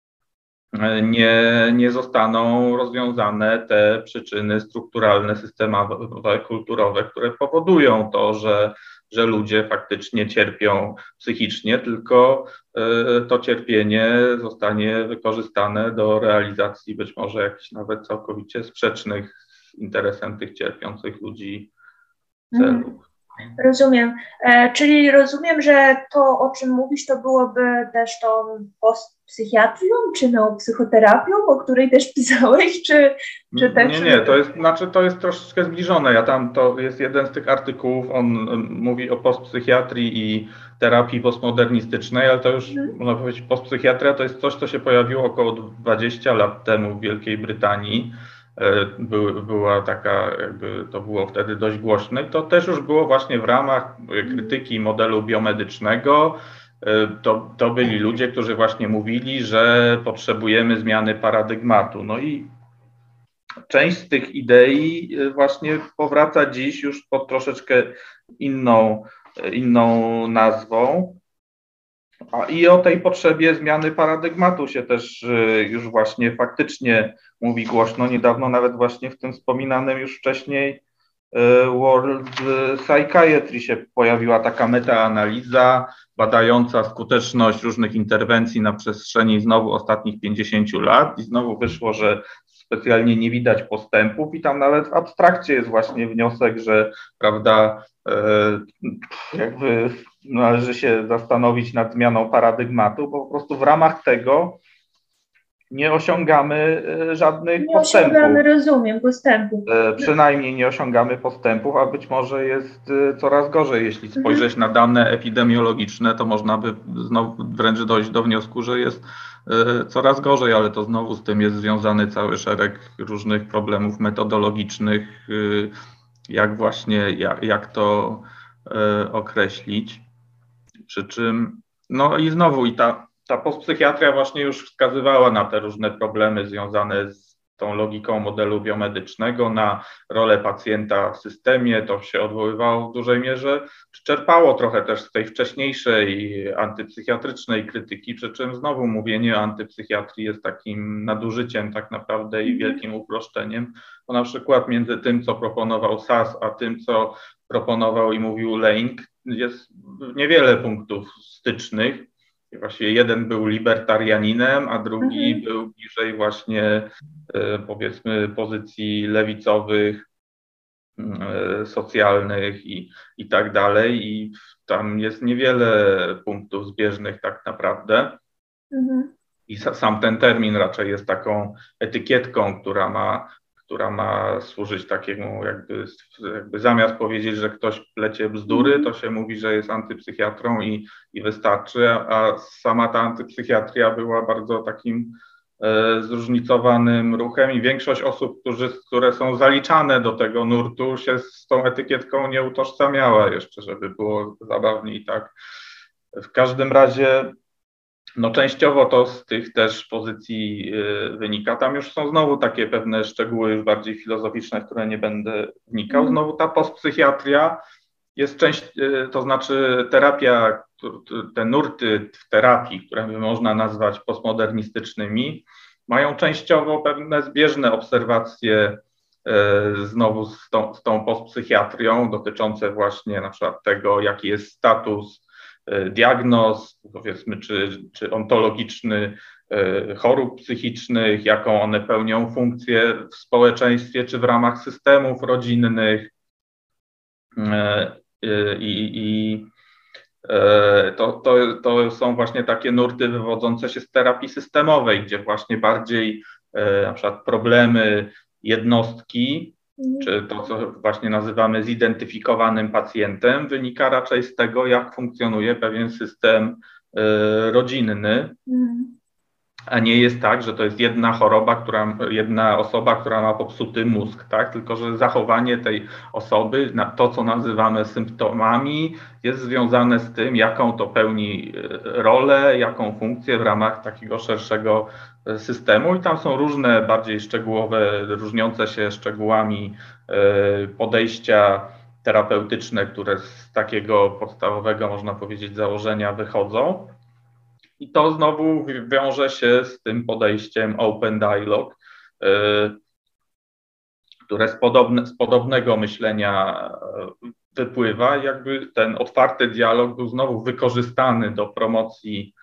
nie zostaną rozwiązane te przyczyny strukturalne, systemowe, kulturowe, które powodują to, że ludzie faktycznie cierpią psychicznie, tylko to cierpienie zostanie wykorzystane do realizacji być może jakichś nawet całkowicie sprzecznych z interesem tych cierpiących ludzi celów. Rozumiem. Czyli rozumiem, że to, o czym mówisz, to byłoby też tą postpsychiatrią, czy psychoterapią, o której też pisałeś, czy też... Nie, to jest troszeczkę zbliżone. To jest jeden z tych artykułów, on mówi o postpsychiatrii i terapii postmodernistycznej, ale to już można powiedzieć, postpsychiatria to jest coś, co się pojawiło około 20 lat temu w Wielkiej Brytanii. Była taka, to było wtedy dość głośne. I to też już było właśnie w ramach krytyki modelu biomedycznego. To byli ludzie, którzy właśnie mówili, że potrzebujemy zmiany paradygmatu. No i część z tych idei właśnie powraca dziś już pod troszeczkę inną nazwą. I o tej potrzebie zmiany paradygmatu się też już właśnie faktycznie mówi głośno. Niedawno nawet właśnie w tym wspominanym już wcześniej World Psychiatry się pojawiła taka metaanaliza badająca skuteczność różnych interwencji na przestrzeni znowu ostatnich 50 lat i znowu wyszło, że specjalnie nie widać postępów i tam nawet w abstrakcie jest właśnie wniosek, że prawda, jakby należy się zastanowić nad zmianą paradygmatu, bo po prostu w ramach tego nie osiągamy żadnych postępów. Nie osiągamy, rozumiem, postępów. Przynajmniej nie osiągamy postępów, a być może jest coraz gorzej. Jeśli spojrzeć na dane epidemiologiczne, to można by znowu wręcz dojść do wniosku, że jest coraz gorzej, ale to znowu z tym jest związany cały szereg różnych problemów metodologicznych, jak to określić. Przy czym, no i znowu ta postpsychiatria właśnie już wskazywała na te różne problemy związane z tą logiką modelu biomedycznego, na rolę pacjenta w systemie. To się odwoływało w dużej mierze, czerpało trochę też z tej wcześniejszej antypsychiatrycznej krytyki, przy czym znowu mówienie o antypsychiatrii jest takim nadużyciem tak naprawdę i wielkim uproszczeniem, bo na przykład między tym, co proponował Sass, a tym, co proponował i mówił Laing, jest niewiele punktów stycznych. Właściwie jeden był libertarianinem, a drugi był bliżej właśnie powiedzmy pozycji lewicowych, socjalnych i tak dalej. I tam jest niewiele punktów zbieżnych tak naprawdę. I sam ten termin raczej jest taką etykietką, która ma służyć takiemu jakby zamiast powiedzieć, że ktoś plecie bzdury, to się mówi, że jest antypsychiatrą i wystarczy, a sama ta antypsychiatria była bardzo takim zróżnicowanym ruchem i większość osób, które są zaliczane do tego nurtu, się z tą etykietką nie utożsamiała jeszcze, żeby było zabawniej tak. W każdym razie no częściowo to z tych też pozycji wynika. Tam już są znowu takie pewne szczegóły już bardziej filozoficzne, w które nie będę wnikał. Znowu ta postpsychiatria jest to znaczy terapia, te nurty w terapii, które by można nazwać postmodernistycznymi, mają częściowo pewne zbieżne obserwacje znowu z tą postpsychiatrią dotyczące właśnie na przykład tego, jaki jest status diagnoz, powiedzmy, czy ontologiczny chorób psychicznych, jaką one pełnią funkcję w społeczeństwie, czy w ramach systemów rodzinnych. To są właśnie takie nurty wywodzące się z terapii systemowej, gdzie właśnie bardziej na przykład problemy jednostki, czy to, co właśnie nazywamy zidentyfikowanym pacjentem, wynika raczej z tego, jak funkcjonuje pewien system rodzinny, a nie jest tak, że to jest jedna choroba, jedna osoba, która ma popsuty mózg, tak? Tylko że zachowanie tej osoby, to co nazywamy symptomami, jest związane z tym, jaką to pełni rolę, jaką funkcję w ramach takiego szerszego systemu i tam są różne bardziej szczegółowe, różniące się szczegółami podejścia terapeutyczne, które z takiego podstawowego, można powiedzieć, założenia wychodzą. I to znowu wiąże się z tym podejściem Open Dialogue, które z podobnego myślenia wypływa. Jakby ten otwarty dialog był znowu wykorzystany do promocji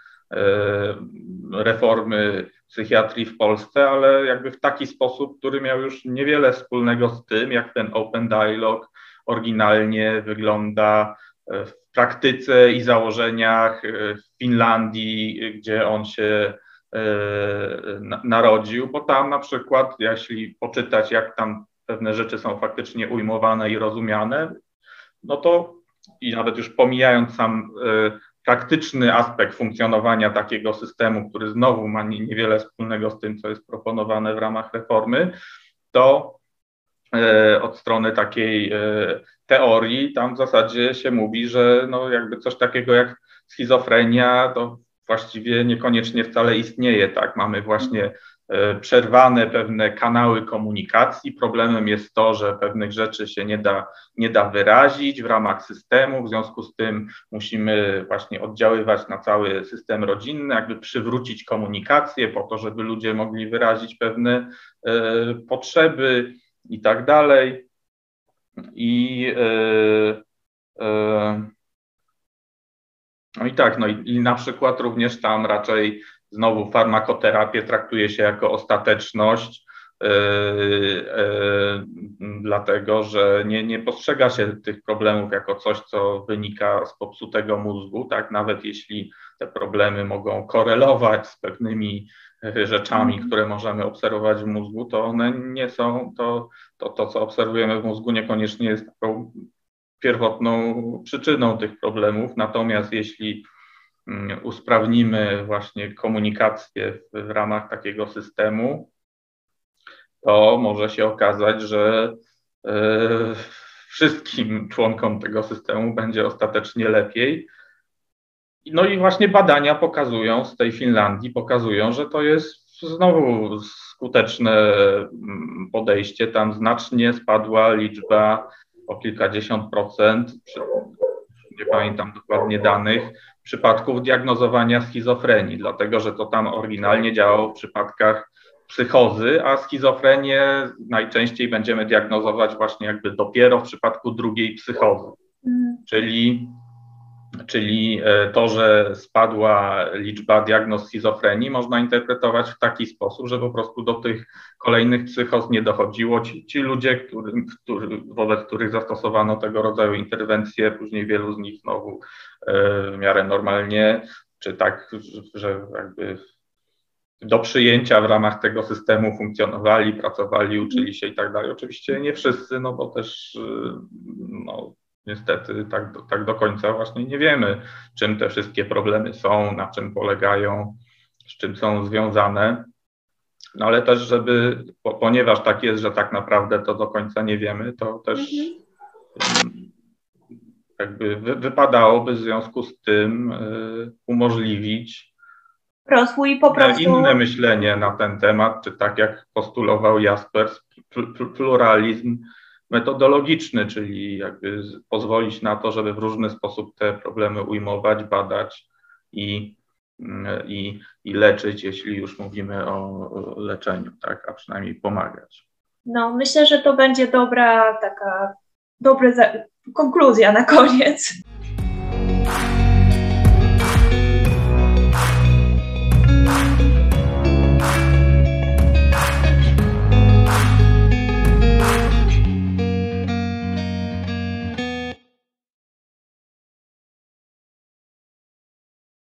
reformy psychiatrii w Polsce, ale jakby w taki sposób, który miał już niewiele wspólnego z tym, jak ten Open Dialogue oryginalnie wygląda w praktyce i założeniach w Finlandii, gdzie on się narodził, bo tam na przykład, jeśli poczytać, jak tam pewne rzeczy są faktycznie ujmowane i rozumiane, no to i nawet już pomijając sam praktyczny aspekt funkcjonowania takiego systemu, który znowu ma niewiele wspólnego z tym, co jest proponowane w ramach reformy, to od strony takiej teorii tam w zasadzie się mówi, że no jakby coś takiego jak schizofrenia to właściwie niekoniecznie wcale istnieje, tak? Mamy właśnie przerwane pewne kanały komunikacji. Problemem jest to, że pewnych rzeczy się nie da wyrazić w ramach systemu, w związku z tym musimy właśnie oddziaływać na cały system rodzinny, jakby przywrócić komunikację po to, żeby ludzie mogli wyrazić pewne potrzeby i tak dalej. No i tak, no i na przykład również tam raczej znowu farmakoterapię traktuje się jako ostateczność, dlatego że nie postrzega się tych problemów jako coś, co wynika z popsutego mózgu, tak, nawet jeśli te problemy mogą korelować z pewnymi rzeczami, które możemy obserwować w mózgu, to one nie są, to co obserwujemy w mózgu niekoniecznie jest taką pierwotną przyczyną tych problemów, natomiast jeśli usprawnimy właśnie komunikację w ramach takiego systemu, to może się okazać, że wszystkim członkom tego systemu będzie ostatecznie lepiej. No i właśnie badania pokazują z tej Finlandii, pokazują, że to jest znowu skuteczne podejście. Tam znacznie spadła liczba o kilkadziesiąt procent, nie pamiętam dokładnie danych, przypadków diagnozowania schizofrenii, dlatego że to tam oryginalnie działało w przypadkach psychozy, a schizofrenię najczęściej będziemy diagnozować właśnie jakby dopiero w przypadku drugiej psychozy. Czyli to, że spadła liczba diagnoz schizofrenii, można interpretować w taki sposób, że po prostu do tych kolejnych psychoz nie dochodziło. Ci ludzie, wobec których zastosowano tego rodzaju interwencje, później wielu z nich znowu w miarę normalnie, czy tak, że jakby do przyjęcia w ramach tego systemu funkcjonowali, pracowali, uczyli się i tak dalej. Oczywiście nie wszyscy, no bo też no, niestety tak do końca właśnie nie wiemy, czym te wszystkie problemy są, na czym polegają, z czym są związane. No ale też, ponieważ tak jest, że tak naprawdę to do końca nie wiemy, to też jakby wypadałoby w związku z tym umożliwić rozwój po prostu inne myślenie na ten temat, czy tak jak postulował Jaspers, pluralizm metodologiczny, czyli jakby pozwolić na to, żeby w różny sposób te problemy ujmować, badać i leczyć, jeśli już mówimy o leczeniu, tak, a przynajmniej pomagać. No, myślę, że to będzie dobra konkluzja na koniec.